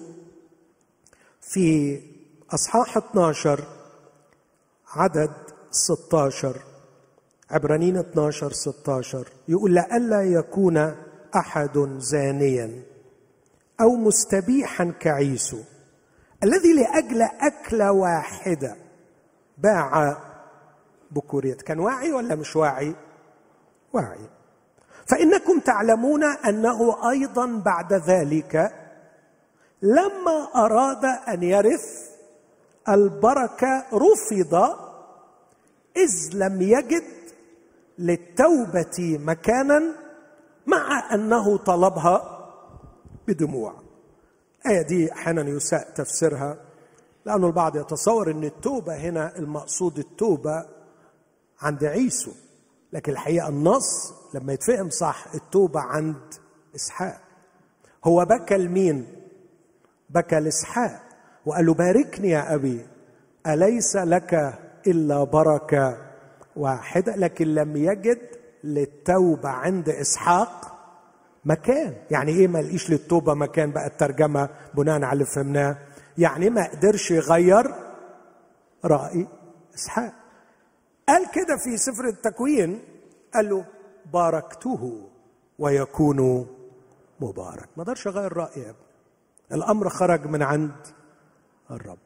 في أصحاح 12 عدد 16، عبرانيين 12-16 يقول: لئلا يكون أحد زانيا أو مستبيحا كعيسو الذي لأجل أكلة واحدة باع بكوريته. كان واعي ولا مش واعي؟ واعي. فإنكم تعلمون أنه أيضا بعد ذلك لما أراد أن يرث البركة رفض، إذ لم يجد للتوبة مكانا مع أنه طلبها بدموع. الآية دي أحيانا يساء تفسيرها، لأن البعض يتصور أن التوبة هنا المقصود التوبة عند عيسو، لكن الحقيقة النص لما يتفهم صح التوبة عند إسحاق. هو بكى لمين؟ بكى لإسحاق وقال له: باركني يا أبي، أليس لك إلا بركة واحدة؟ لكن لم يجد للتوبة عند إسحاق مكان. يعني إيه ما لقيش للتوبة مكان؟ بقى الترجمة بناء على اللي فهمناه، يعني ما قدرش يغير رأي إسحاق. قال كده في سفر التكوين، قال له: باركته ويكون مبارك. ما قدرش يغير رأيه يا ابني، الأمر خرج من عند الرب.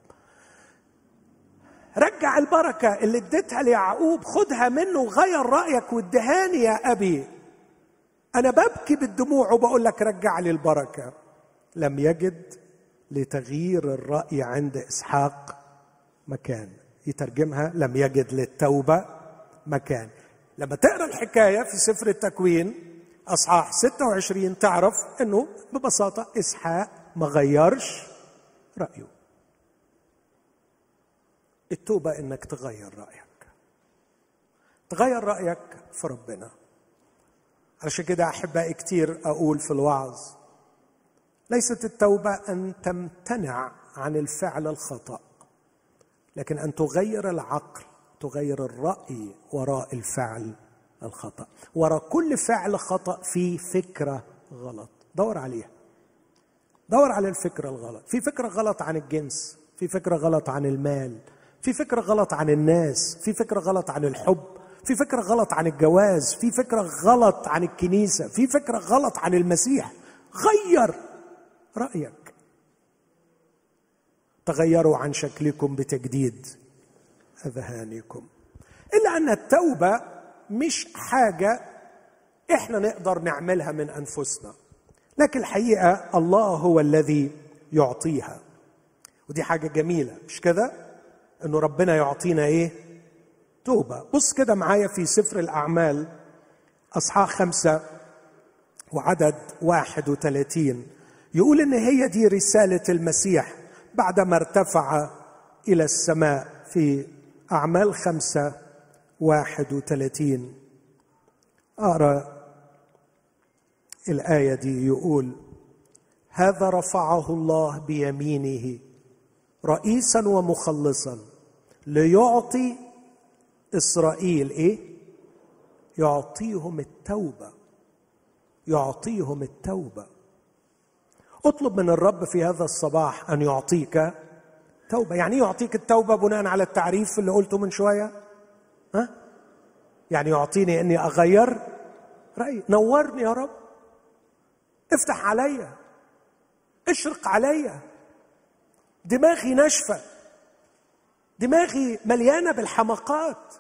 رجع البركة اللي اديتها ليعقوب، خدها منه وغير رأيك وادهاني يا أبي. أنا ببكي بالدموع وبقول لك رجع لي البركة. لم يجد لتغيير الرأي عند إسحاق مكان. يترجمها: لم يجد للتوبة مكان. لما تقرأ الحكاية في سفر التكوين أصحاح 26 تعرف أنه ببساطة إسحاق ما غيرش رأيه. التوبة إنك تغير رأيك، تغير رأيك في ربنا، علشان كده أحبائي كتير أقول في الوعظ، ليست التوبة أن تمتنع عن الفعل الخطأ، لكن أن تغير العقل، تغير الرأي وراء الفعل الخطأ. وراء كل فعل خطأ في فكرة غلط، دور عليها، دور على الفكرة الغلط. في فكرة غلط عن الجنس، في فكرة غلط عن المال، في فكرة غلط عن الناس، في فكرة غلط عن الحب، في فكرة غلط عن الجواز، في فكرة غلط عن الكنيسة، في فكرة غلط عن المسيح. غير رأيك. تغيروا عن شكلكم بتجديد أذهانكم. إلا أن التوبة مش حاجة إحنا نقدر نعملها من أنفسنا، لكن الحقيقة الله هو الذي يعطيها. ودي حاجة جميلة، مش كده؟ إنه ربنا يعطينا إيه؟ توبة. بص كده معايا في سفر الأعمال أصحاح 5 وعدد 31، يقول إن هي دي رسالة المسيح بعدما ارتفع إلى السماء. في أعمال 5:31 أقرأ الآية دي، يقول: هذا رفعه الله بيمينه رئيسا ومخلصا ليعطي إسرائيل إيه؟ يعطيهم التوبة. يعطيهم التوبة. اطلب من الرب في هذا الصباح أن يعطيك توبة. يعني يعطيك التوبة بناء على التعريف اللي قلته من شوية؟ يعني يعطيني أني أغير رأيي. نورني يا رب، افتح عليا، اشرق عليا. دماغي ناشفة، دماغي مليانة بالحماقات.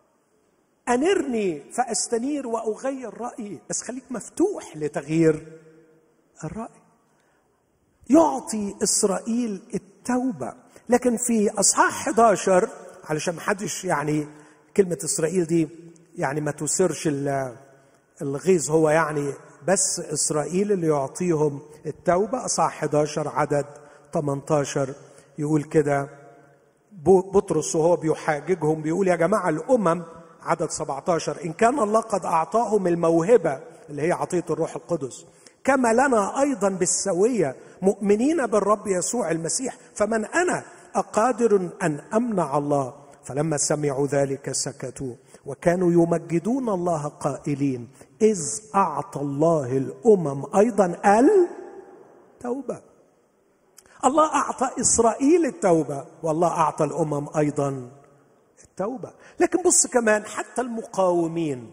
أنرني فأستنير وأغير رأيي، بس خليك مفتوح لتغيير الرأي. يعطي إسرائيل التوبة. لكن في أصحاح 11، علشان ما حدش يعني كلمة إسرائيل دي يعني ما تثيرش الغيظ، هو يعني بس إسرائيل اللي يعطيهم التوبة. أصحاح 11 عدد 18 يقول كده، بطرس وهو بيحاججهم بيقول: يا جماعة الأمم، عدد 17، إن كان الله قد أعطاهم الموهبة اللي هي عطية الروح القدس، كما لنا أيضا بالسوية مؤمنين بالرب يسوع المسيح، فمن أنا أقادر أن أمنع الله؟ فلما سمعوا ذلك سكتوا وكانوا يمجدون الله قائلين: إذ أعطى الله الأمم أيضا التوبة. الله أعطى إسرائيل التوبة، والله أعطى الأمم أيضا التوبة. لكن بص كمان، حتى المقاومين،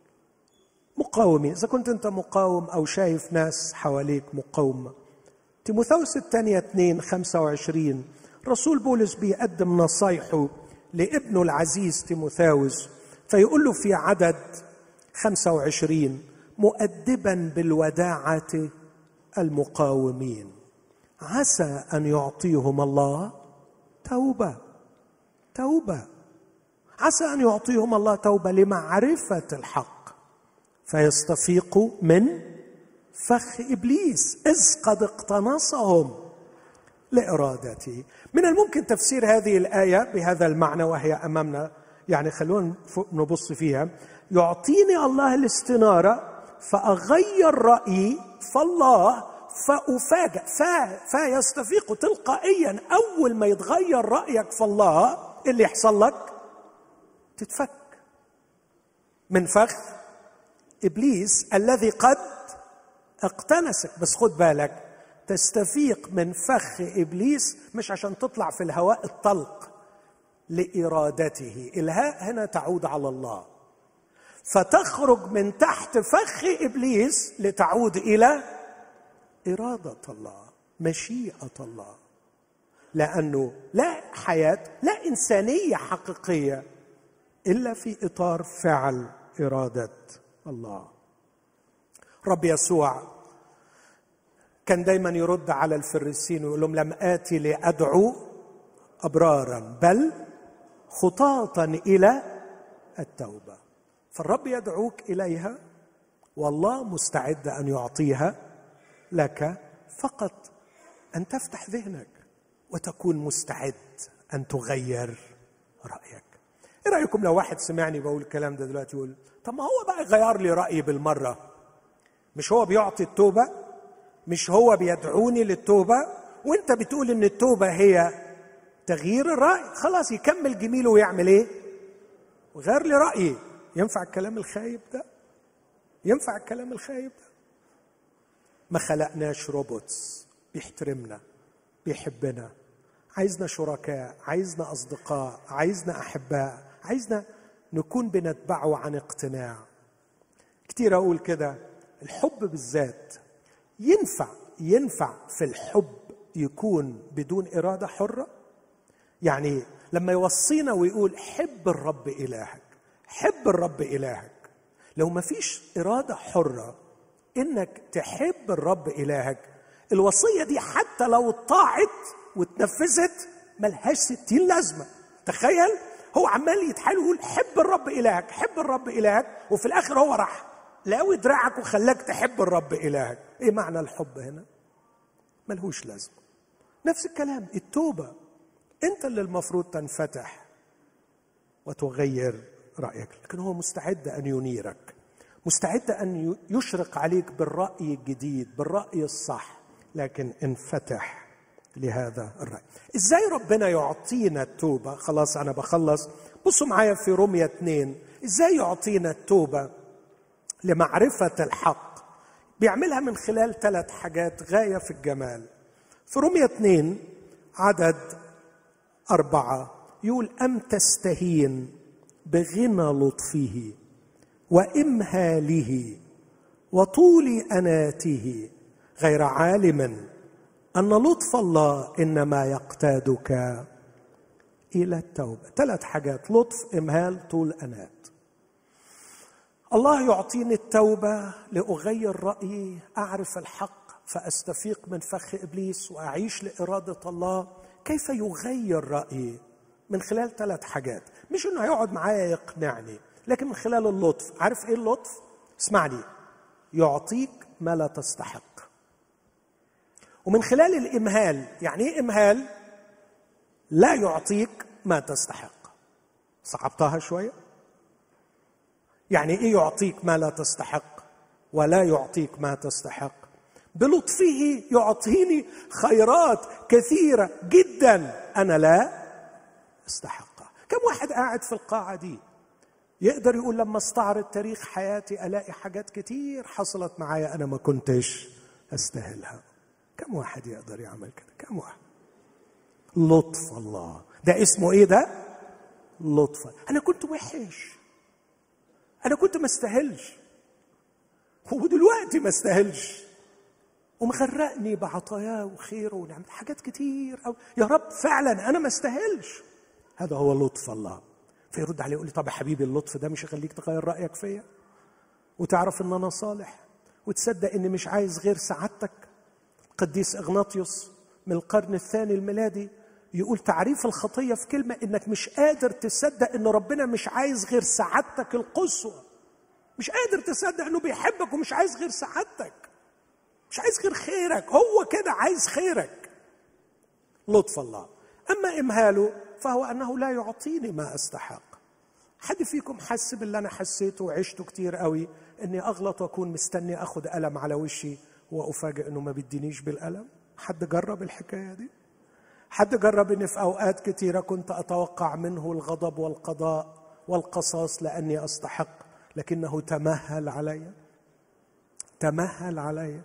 إذا كنت أنت مقاوم أو شايف ناس حواليك مقاومة. تيموثاوس الثانية 2:25 رسول بولس بيقدم نصايحه لابنه العزيز تيموثاوس، فيقول له في عدد 25: مؤدبا بالوداعة المقاومين، عسى أن يعطيهم الله توبة. عسى أن يعطيهم الله توبة لمعرفة الحق، فيستفيقوا من فخ إبليس إذ قد اقتنصهم لإرادته. من الممكن تفسير هذه الآية بهذا المعنى وهي أمامنا، يعني خلونا نبص فيها. يعطيني الله الاستنارة فأغير رأيي، فالله فأفاجأ، فيستفيق تلقائيا. أول ما يتغير رأيك فالله، اللي يحصل لك تتفك من فخ إبليس الذي قد اقتنسك. بس خد بالك، تستفيق من فخ إبليس مش عشان تطلع في الهواء الطلق، لإرادته. الهاء هنا تعود على الله، فتخرج من تحت فخ إبليس لتعود إلى إرادة الله، مشيئة الله. لأنه لا حياة، لا إنسانية حقيقية إلا في إطار فعل إرادة الله. رب يسوع كان دايما يرد على الفريسيين ويقول لهم: لم آتي لأدعو أبرارا بل خطاطا إلى التوبة. فالرب يدعوك إليها، والله مستعد أن يعطيها لك، فقط أن تفتح ذهنك وتكون مستعد أن تغير رأيك. إيه رأيكم لو واحد سمعني بقول الكلام ده دلوقتي يقول: طب ما هو بقى غير لي رأيي بالمرة، مش هو بيعطي التوبة؟ مش هو بيدعوني للتوبة؟ وانت بتقول ان التوبة هي تغيير الرأي. خلاص يكمل جميله ويعمل ايه؟ وغير لي رأيي. ينفع الكلام الخايب ده؟ ينفع الكلام الخايب ده؟ ما خلقناش روبوتس. بيحترمنا، بيحبنا، عايزنا شركاء، عايزنا أصدقاء، عايزنا أحباء، عايزنا نكون بنتبعه عن اقتناع. كتير أقول كده، الحب بالذات ينفع في الحب يكون بدون إرادة حرة. يعني لما يوصينا ويقول حب الرب إلهك، حب الرب إلهك، لو ما فيش إرادة حرة إنك تحب الرب إلهك، الوصية دي حتى لو اتطاعت واتنفذت ملهاش 60 لازمة. تخيل هو عمال يتحايل ويقول حب الرب إلهك، حب الرب إلهك، وفي الآخر هو راح لاوي دراعك وخلاك تحب الرب إلهك. إيه معنى الحب هنا؟ ملهوش لازمة. نفس الكلام التوبة، أنت اللي المفروض تنفتح وتغير رأيك، لكن هو مستعد أن ينيرك، مستعد أن يشرق عليك بالرأي الجديد، بالرأي الصح، لكن انفتح لهذا الرأي. إزاي ربنا يعطينا التوبة؟ خلاص أنا بخلص. بصوا معايا في رومية 2، إزاي يعطينا التوبة لمعرفة الحق؟ بيعملها من خلال 3 حاجات غاية في الجمال. في رومية 2 عدد 4 يقول أم تستهين بغنى لطفه وإمهاله وطول أناته غير عالم أن لطف الله إنما يقتادك إلى التوبة. 3 حاجات: لطف، إمهال، طول أنات. الله يعطيني التوبة لأغير رأيي، أعرف الحق فأستفيق من فخ إبليس وأعيش لإرادة الله. كيف يغير رأيي؟ من خلال 3 حاجات. مش إنه هيقعد معايا يقنعني، لكن من خلال اللطف. عارف إيه اللطف؟ اسمعني، يعطيك ما لا تستحق. ومن خلال الإمهال. يعني إيه إمهال؟ لا يعطيك ما تستحق. صعبتها شوية. يعني إيه يعطيك ما لا تستحق ولا يعطيك ما تستحق؟ بلطفه يعطيني خيرات كثيرة جدا أنا لا استحقها. كم واحد قاعد في القاعة دي يقدر يقول لما استعرض تاريخ حياتي ألاقي حاجات كتير حصلت معايا أنا ما كنتش أستاهلها؟ كم واحد يقدر يعمل كده؟ كم واحد؟ لطف الله ده اسمه إيه ده؟ لطف. أنا كنت وحش، أنا كنت ما استاهلش، ودلوقتي ما استاهلش، ومغرقني بعطاياه وخيره ونعمة حاجات كتير أو يا رب فعلا أنا ما استاهلش. هذا هو لطف الله. فيرد عليه يقول لي طب يا حبيبي اللطف ده مش يخليك تغير رأيك فيا وتعرف ان انا صالح وتصدق اني مش عايز غير سعادتك؟ القديس اغناطيوس من القرن الثاني الميلادي يقول تعريف الخطية في كلمة: انك مش قادر تصدق ان ربنا مش عايز غير سعادتك القصوى. مش قادر تصدق انه بيحبك ومش عايز غير سعادتك، مش عايز غير خيرك، هو كده عايز خيرك. لطف الله. اما امهاله فهو انه لا يعطيني ما استحق. حد فيكم حس باللي انا حسيته وعشته كتير قوي، اني اغلط واكون مستني اخد قلم على وشي وافاجئ انه ما بيدينيش بالقلم؟ حد جرب الحكايه دي؟ حد جرب ان في اوقات كتيره كنت اتوقع منه الغضب والقضاء والقصاص لاني استحق، لكنه تمهل علي، تمهل علي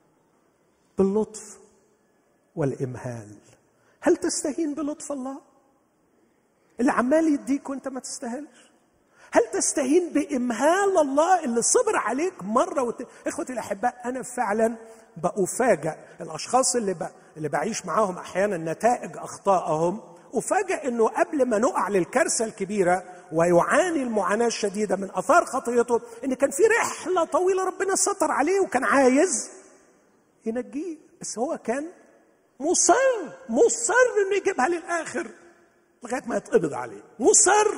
باللطف والامهال. هل تستهين بلطف الله اللي عمال يديك وانت ما تستاهلش؟ هل تستهين بإمهال الله اللي صبر عليك مرة إخوتي الأحباء، أنا فعلا بأفاجأ الأشخاص اللي بعيش معاهم أحيانا نتائج أخطائهم، أفاجأ أنه قبل ما نقع للكارثة الكبيرة ويعاني المعاناة الشديدة من أثار خطيته، إن كان في رحلة طويلة ربنا ستر عليه وكان عايز ينجيه، بس هو كان مصر إنه يجيبها للآخر لغاية ما يتقبض عليه، مصر.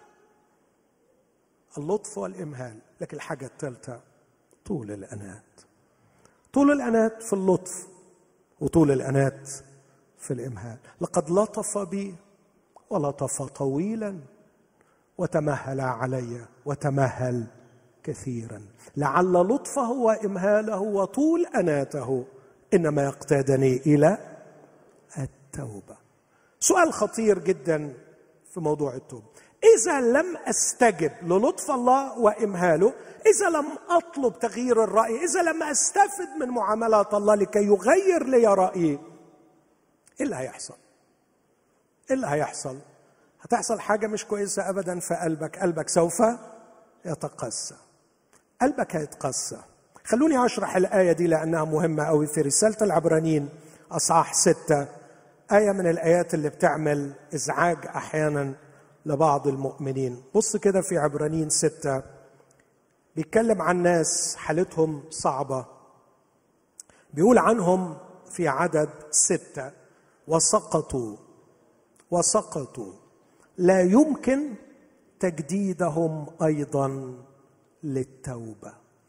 اللطف والإمهال. لكن الحاجة الثالثة طول الأنات. طول الأنات في اللطف وطول الأنات في الإمهال. لقد لطف بي ولطف طويلا وتمهل علي وتمهل كثيرا، لعل لطفه وإمهاله وطول أناته إنما يقتادني إلى التوبة. سؤال خطير جدا في موضوع التوبة: إذا لم أستجب للطف الله وإمهاله، إذا لم أطلب تغيير الرأي، إذا لم أستفد من معاملات الله لكي يغير لي رأيي، إيه اللي هيحصل؟ إيه اللي هيحصل؟ هتحصل حاجة مش كويسة أبدا في قلبك سوف يتقسى، قلبك هيتقسى. خلوني أشرح الآية دي لأنها مهمة أوي في رسالة العبرانيين أصحاح 6، آية من الآيات اللي بتعمل إزعاج أحيانا لبعض المؤمنين. بص كده في عبرانيين 6، بيتكلم عن ناس حالتهم صعبة، بيقول عنهم في عدد 6: وسقطوا لا يمكن تجديدهم أيضا للتوبة.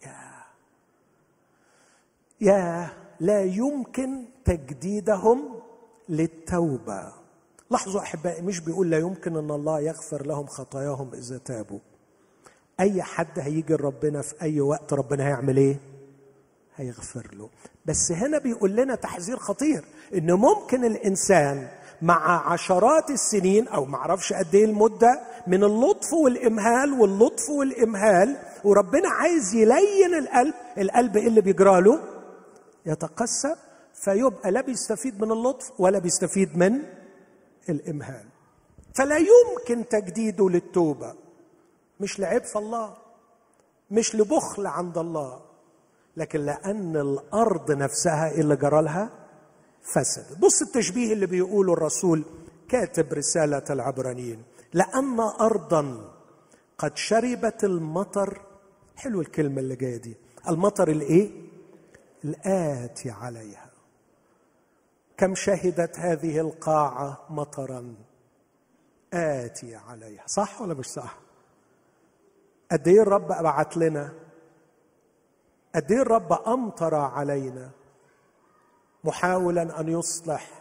لا يمكن تجديدهم للتوبة. لاحظوا أحبائي، مش بيقول لا يمكن أن الله يغفر لهم خطاياهم إذا تابوا. أي حد هيجي لربنا في أي وقت ربنا هيعمل إيه؟ هيغفر له. بس هنا بيقول لنا تحذير خطير، إن ممكن الإنسان مع عشرات السنين أو معرفش قد إيه المدة من اللطف والإمهال وربنا عايز يلين القلب إيه اللي بيجرى له؟ يتقسى، فيبقى لا بيستفيد من اللطف ولا بيستفيد من الإمهال. فلا يمكن تجديده للتوبة، مش لعيب في الله، مش لبخل عند الله، لكن لأن الأرض نفسها اللي جرى لها فسد. بص التشبيه اللي بيقوله الرسول كاتب رسالة العبرانيين: لأن أرضا قد شربت المطر. حلو الكلمة اللي جاية دي، المطر الإيه؟ الآتي عليها. كم شهدت هذه القاعة مطرا آتي عليها، صح ولا مش صح؟ قد ايه الرب أبعت لنا، قد ايه الرب أمطر علينا محاولا أن يصلح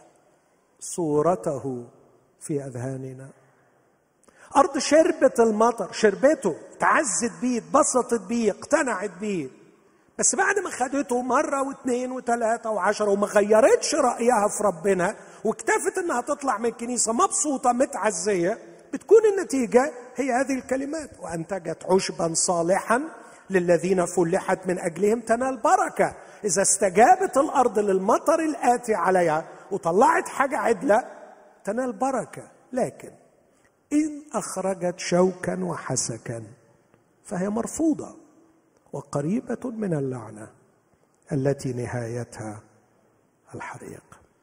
صورته في أذهاننا. أرض شربت المطر، شربته، تعزت بيه، اتبسطت بيه، اقتنعت بيه، بس بعد ما خدته مرة واثنين وثلاثة وعشرة وما غيرتش رأيها في ربنا واكتفت انها تطلع من الكنيسة مبسوطة متعزية، بتكون النتيجة هي هذه الكلمات: وأنتجت عشبا صالحا للذين فلحت من أجلهم تنال بركة. إذا استجابت الأرض للمطر الآتي عليها وطلعت حاجة عدلة تنال بركة، لكن إن أخرجت شوكا وحسكا فهي مرفوضة وقريبة من اللعنة التي نهايتها الحريق.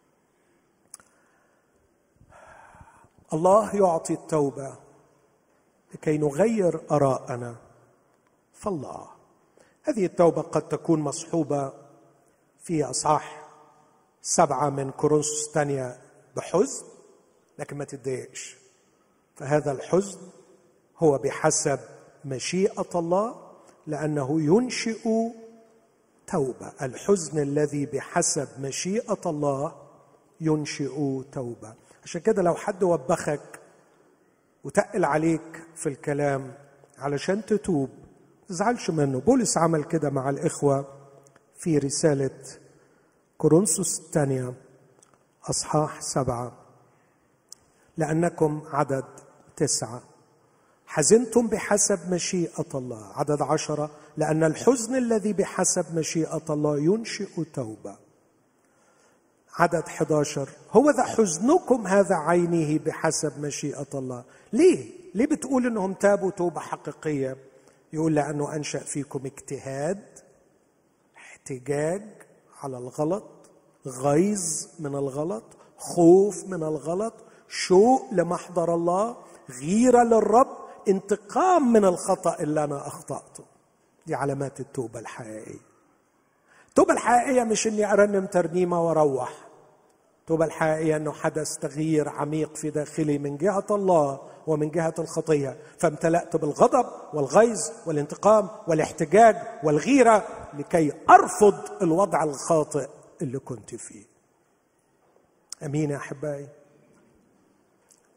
الله يعطي التوبة لكي نغير آراءنا فالله. هذه التوبة قد تكون مصحوبة في أصحاح 7 من كورنثوس الثانية بحزن، لكن ما تتضايقش، فهذا الحزن هو بحسب مشيئة الله، لأنه ينشئ توبة. الحزن الذي بحسب مشيئة الله ينشئ توبة. عشان كده لو حد وبخك وتقل عليك في الكلام علشان تتوب، ما تزعلش منه. بولس عمل كده مع الإخوة في رسالة كورنثوس الثانية أصحاح 7: لأنكم عدد 9 حزنتم بحسب مشيئة الله. عدد 10: لأن الحزن الذي بحسب مشيئة الله ينشئ توبة. عدد 11: هو ذا حزنكم هذا عينه بحسب مشيئة الله. ليه بتقول إنهم تابوا توبة حقيقية؟ يقول: لأنه أنشأ فيكم اجتهاد، احتجاج على الغلط، غيظ من الغلط، خوف من الغلط، شوق لمحضر الله، غيرة للرب، انتقام من الخطأ اللي أنا أخطأته. دي علامات التوبة الحقيقية. التوبة الحقيقية مش إني أرنم ترنيمة وأروح. التوبة الحقيقية إنه حدث تغيير عميق في داخلي من جهة الله ومن جهة الخطية، فامتلأت بالغضب والغيظ والانتقام والاحتجاج والغيرة لكي أرفض الوضع الخاطئ اللي كنت فيه. أمين يا أحبائي.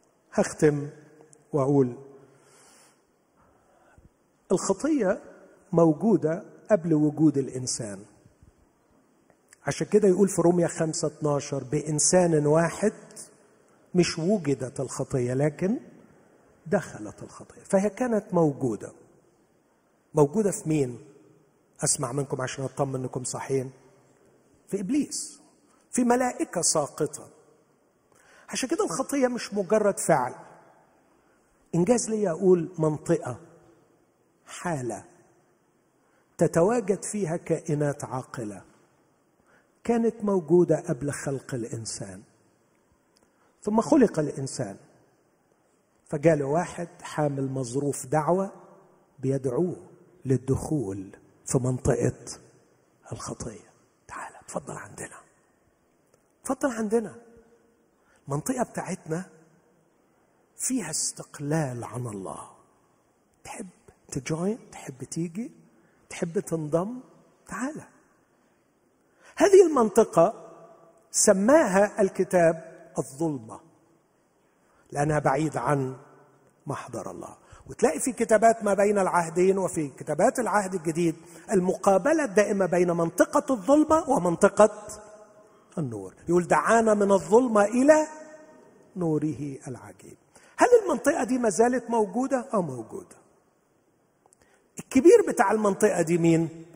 هختم وأقول: الخطية موجودة قبل وجود الإنسان. عشان كده يقول في رومية 5:12 بإنسان واحد مش وجدت الخطية لكن دخلت الخطية. فهي كانت موجودة في مين؟ أسمع منكم عشان أطمن أنكم صحيين. في إبليس، في ملائكة ساقطة. عشان كده الخطية مش مجرد فعل، إنجاز لي أقول منطقة، حالة تتواجد فيها كائنات عاقلة، كانت موجودة قبل خلق الإنسان. ثم خلق الإنسان، فجاء واحد حامل مظروف دعوة بيدعوه للدخول في منطقة الخطية. تعال تفضل عندنا، تفضل عندنا. المنطقة بتاعتنا فيها استقلال عن الله. تحب تجوين، تحب تيجي، تحب تنضم، تعال. هذه المنطقة سماها الكتاب الظلمة لأنها بعيد عن محضر الله. وتلاقي في كتابات ما بين العهدين وفي كتابات العهد الجديد المقابلة الدائمة بين منطقة الظلمة ومنطقة النور. يقول دعانا من الظلمة إلى نوره العجيب. هل المنطقة دي ما زالت موجودة؟ موجودة. الكبير بتاع المنطقة دي مين؟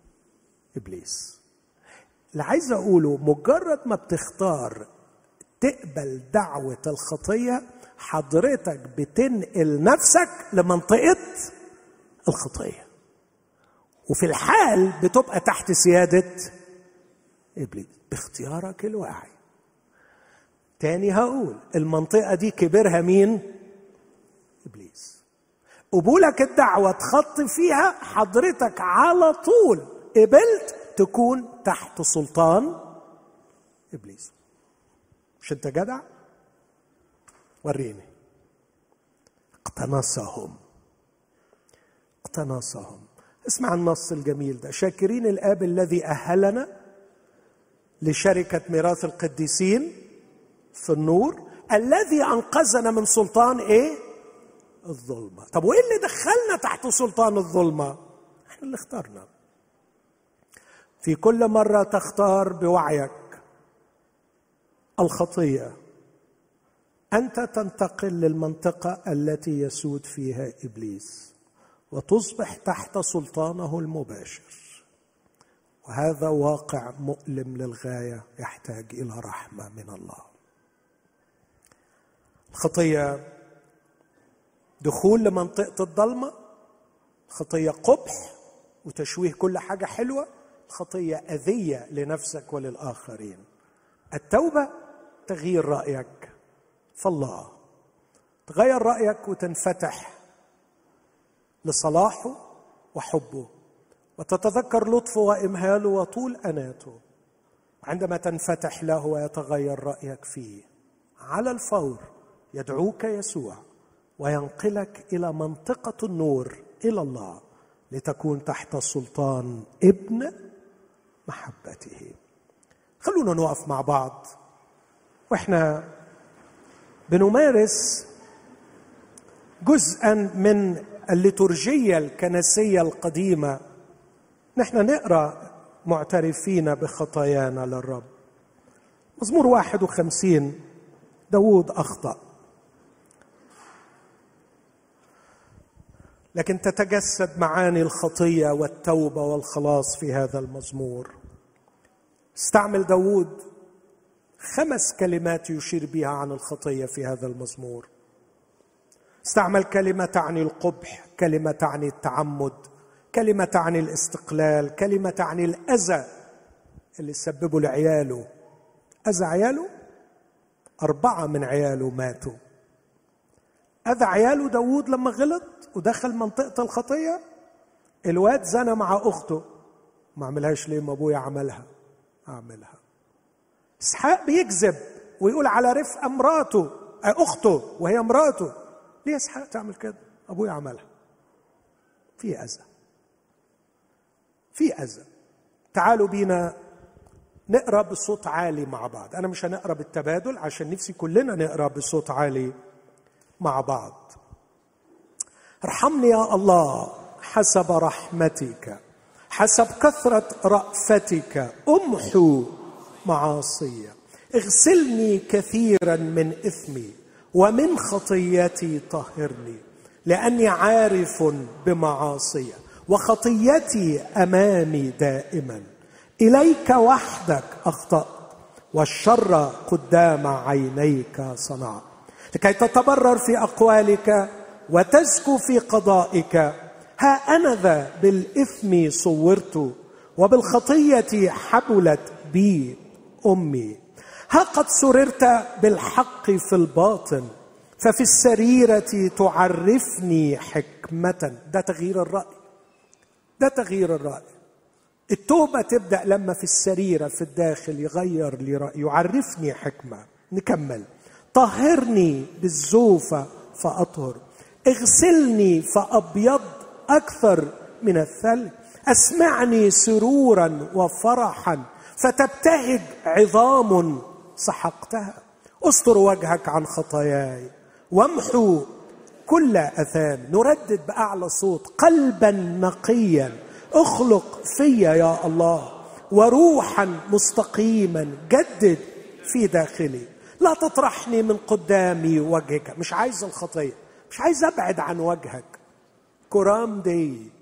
إبليس. اللي عايز أقوله مجرد ما بتختار تقبل دعوة الخطية، حضرتك بتنقل نفسك لمنطقة الخطية، وفي الحال بتبقى تحت سيادة إبليس باختيارك الواعي. تاني هقول المنطقة دي كبرها مين؟ إبليس. قبولك الدعوة تخطي فيها، حضرتك على طول قبلت تكون تحت سلطان إبليس. مش انت جدع؟ وريني. اقتنصهم. اسمع النص الجميل ده: شاكرين الآب الذي أهلنا لشركة ميراث القديسين في النور الذي أنقذنا من سلطان إيه؟ الظلمة. طب وإيه اللي دخلنا تحت سلطان الظلمة؟ احنا اللي اخترنا. في كل مرة تختار بوعيك الخطية، أنت تنتقل للمنطقة التي يسود فيها إبليس وتصبح تحت سلطانه المباشر. وهذا واقع مؤلم للغاية يحتاج إلى رحمة من الله. الخطية دخول لمنطقة الظلمة، الخطية قبح وتشويه كل حاجة حلوة، الخطية أذية لنفسك وللآخرين. التوبة تغيير رأيك فالله، تغير رأيك وتنفتح لصلاحه وحبه، وتتذكر لطفه وإمهاله وطول أناته. وعندما تنفتح له ويتغير رأيك فيه، على الفور يدعوك يسوع وينقلك إلى منطقة النور، إلى الله، لتكون تحت سلطان ابن محبته. خلونا نقف مع بعض واحنا بنمارس جزءا من الليتورجية الكنسية القديمة. نحن نقرأ معترفين بخطايانا للرب. مزمور 51 داود أخطأ، لكن تتجسد معاني الخطية والتوبة والخلاص في هذا المزمور. استعمل داود 5 كلمات يشير بها عن الخطية في هذا المزمور. استعمل كلمة تعني القبح، كلمة تعني التعمد، كلمة تعني الاستقلال، كلمة تعني الأذى اللي سببه لعياله. أذى عياله، 4 من عياله ماتوا. أذى عياله داود لما غلط ودخل منطقة الخطية. الواد زنى مع أخته، ما عملهاش ليه؟ ما أبويا عملها، أعملها. إسحاق بيكذب ويقول على رفقة مراته أخته وهي مراته. ليه إسحاق تعمل كده؟ أبويا عملها. في أذى، في أذى. تعالوا بينا نقرأ بصوت عالي مع بعض. أنا مش هنقرأ بالتبادل عشان نفسي كلنا نقرأ بصوت عالي مع بعض. ارحمني يا الله حسب رحمتك حسب كثرة رأفتك أمحو معاصي. اغسلني كثيرا من إثمي ومن خطيتي طهرني، لأني عارف بمعاصي وخطيتي أمامي دائما. إليك وحدك أخطأت والشر قدام عينيك صنعت. لكي تتبرر في أقوالك وتزكو في قضائك، ها أنا ذا بالإثم صورت وبالخطية حبلت بي أمي. ها قد سررت بالحق في الباطن، ففي السريرة تعرفني حكمة. ده تغيير الرأي، ده تغيير الرأي. التوبة تبدأ لما في السريرة في الداخل يغير لي رأي، يعرفني حكمة. نكمل. طهرني بالزوفة فأطهر، اغسلني فأبيض أكثر من الثلج. أسمعني سرورا وفرحا فتبتهج عظام سحقتها. استر وجهك عن خطاياي وامحو كل أثام. نردد بأعلى صوت: قلبا نقيا اخلق فيا يا الله، وروحا مستقيما جدد في داخلي. لا تطرحني من قدامي وجهك. مش عايز الخطية، مش عايز أبعد عن وجهك. كرام دي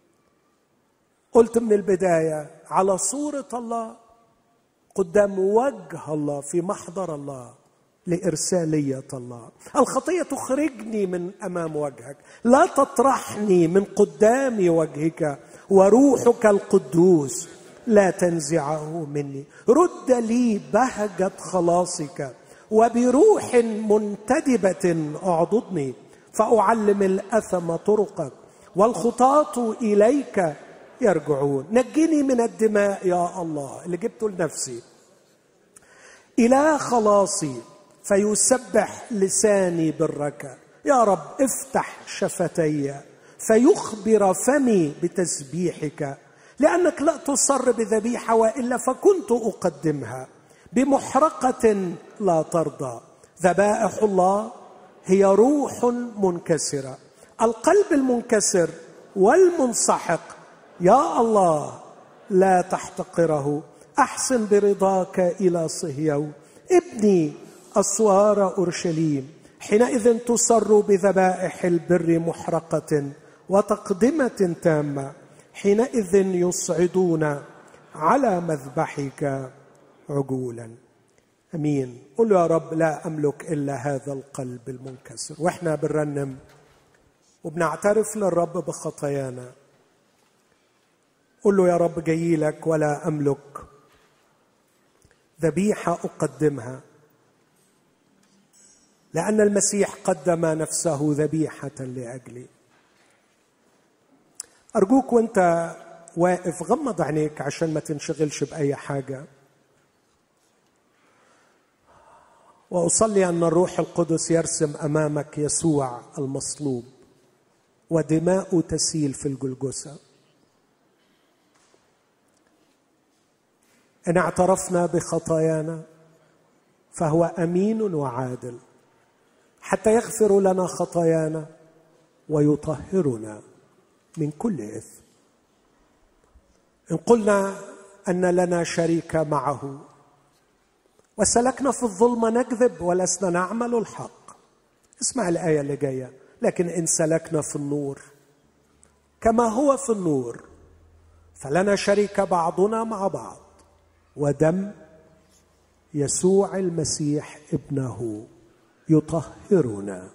قلت من البداية على صورة الله، قدام وجه الله، في محضر الله، لإرسالية الله. الخطية تخرجني من أمام وجهك، لا تطرحني من قدام وجهك، وروحك القدوس لا تنزعه مني. رد لي بهجة خلاصك، وبروح منتدبة أعضدني، فأعلم الأثم طرقك والخطاة إليك يرجعون. نجني من الدماء يا الله اللي جبته لنفسي، إلى خلاصي فيسبح لساني برك. يا رب افتح شفتي فيخبر فمي بتسبيحك، لأنك لا تصر بذبيحة وإلا فكنت أقدمها. بمحرقة لا ترضى. ذبائح الله هي روح منكسرة. القلب المنكسر والمنسحق يا الله لا تحتقره. أحسن برضاك إلى صهيون، ابني أسوار أورشليم. حينئذ تصر بذبائح البر محرقة وتقدمة تامة. حينئذ يصعدون على مذبحك عجولا. أمين. قل يا رب: لا أملك إلا هذا القلب المنكسر. وإحنا بنرنم وبنعترف للرب بخطايانا، قل له: يا رب جاي لك ولا أملك ذبيحة أقدمها، لأن المسيح قدم نفسه ذبيحة لأجلي. أرجوك وانت واقف غمض عينيك عشان ما تنشغلش بأي حاجة، وأصلي أن الروح القدس يرسم أمامك يسوع المصلوب ودماءه تسيل في الجلجثة. إن اعترفنا بخطايانا فهو أمين وعادل حتى يغفر لنا خطايانا ويطهرنا من كل إثم. إن قلنا أن لنا شريك معه وسلكنا في الظلمة نكذب ولسنا نعمل الحق. اسمع الآية اللي جاية: لكن إن سلكنا في النور كما هو في النور فلنا شريك بعضنا مع بعض، ودم يسوع المسيح ابنه يطهرنا.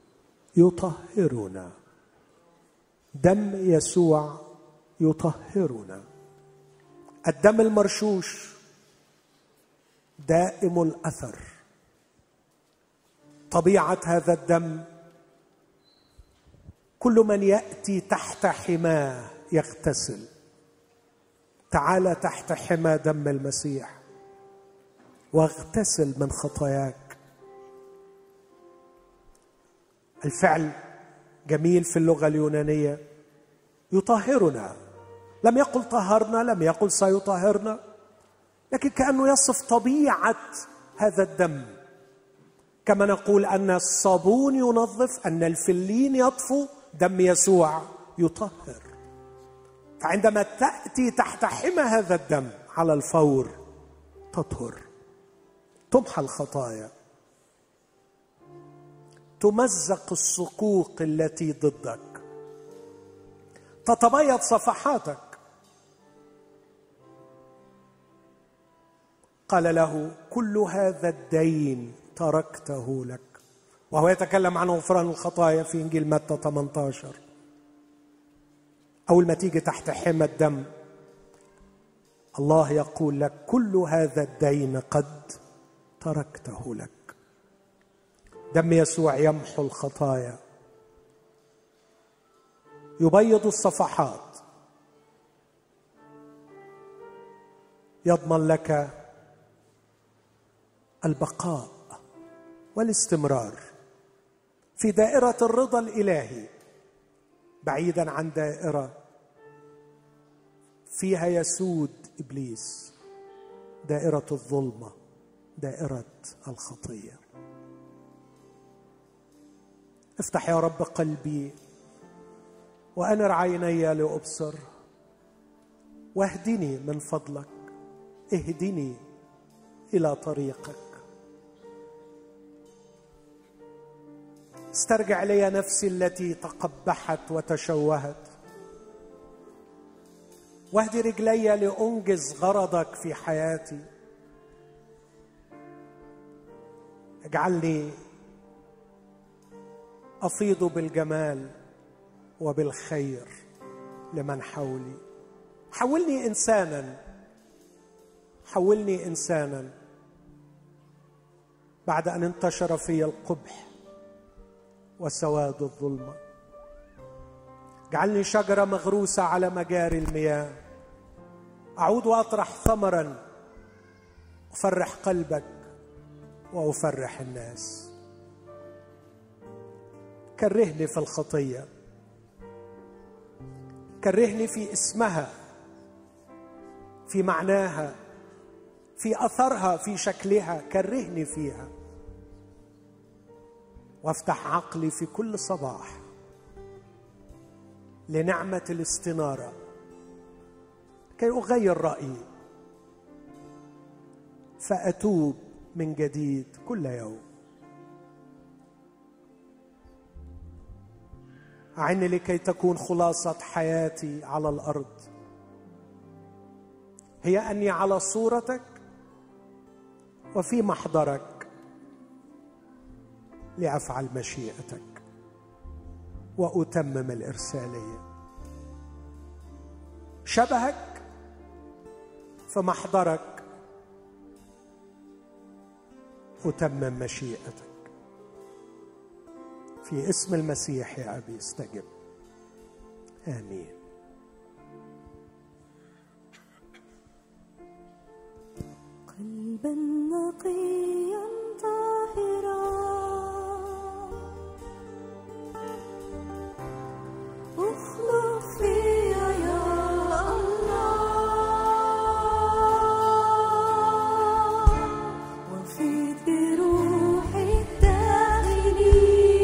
دم يسوع يطهرنا. الدم المرشوش دائم الأثر. طبيعة هذا الدم: كل من يأتي تحت حماه يغتسل. تعال تحت حمى دم المسيح واغتسل من خطاياك. الفعل جميل في اللغة اليونانية: يطهرنا. لم يقل طهرنا، لم يقل سيطهرنا، لكن كأنه يصف طبيعة هذا الدم. كما نقول أن الصابون ينظف، أن الفلين يطفو، دم يسوع يطهر. فعندما تأتي تحت حمى هذا الدم على الفور تطهر، تمحى الخطايا، تمزق الصكوك التي ضدك، تتبيض صفحاتك. قال له كل هذا الدين تركته لك، وهو يتكلم عن غفران الخطايا في إنجيل متى 18. أول ما تيجي تحت حمى الدم الله يقول لك كل هذا الدين قد تركته لك. دم يسوع يمحو الخطايا، يبيض الصفحات، يضمن لك البقاء والاستمرار في دائرة الرضا الإلهي، بعيدا عن دائرة فيها يسود إبليس، دائرة الظلمة، دائرة الخطية. افتح يا رب قلبي وأنر عيني لأبصر، واهدني من فضلك، اهدني إلى طريقك. استرجع لي نفسي التي تقبحت وتشوهت، واهدي رجلي لأنجز غرضك في حياتي. اجعلني أفيض بالجمال وبالخير لمن حولي. حولني إنسانا بعد أن انتشر في القبح وسواد الظلمة. اجعلني شجرة مغروسة على مجاري المياه، أعود وأطرح ثمرا أفرح قلبك وأفرح الناس. كرهني في الخطية، كرهني في اسمها، في معناها، في أثرها، في شكلها. كرهني فيها، وافتح عقلي في كل صباح لنعمة الاستنارة كي أغير رأيي فأتوب من جديد كل يوم. أعني لكي تكون خلاصة حياتي على الأرض هي أني على صورتك وفي محضرك لأفعل مشيئتك وأتمم الإرسالية. شبهك في محضرك أتمم مشيئتك. في اسم المسيح يا أبي استجب، آمين. قلبا نقيا طاهرا اخلق فيا يا الله، وفيد بروحي الداخلي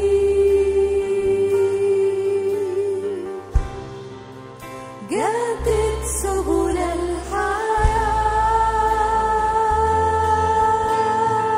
جدد سبل الحياة.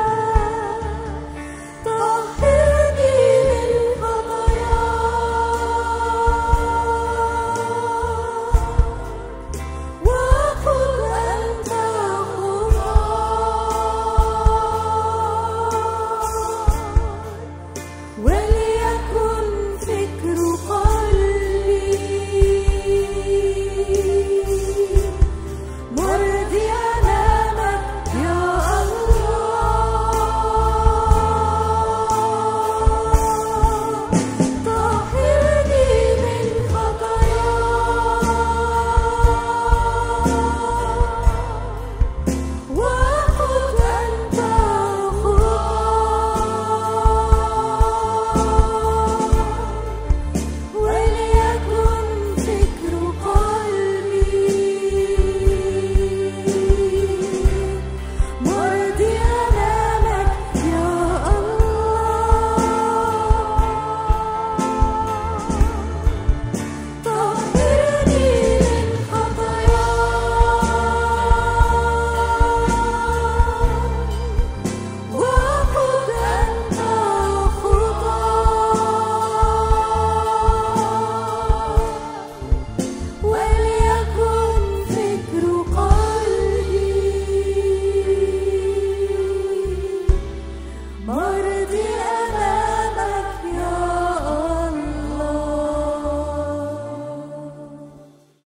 مرضي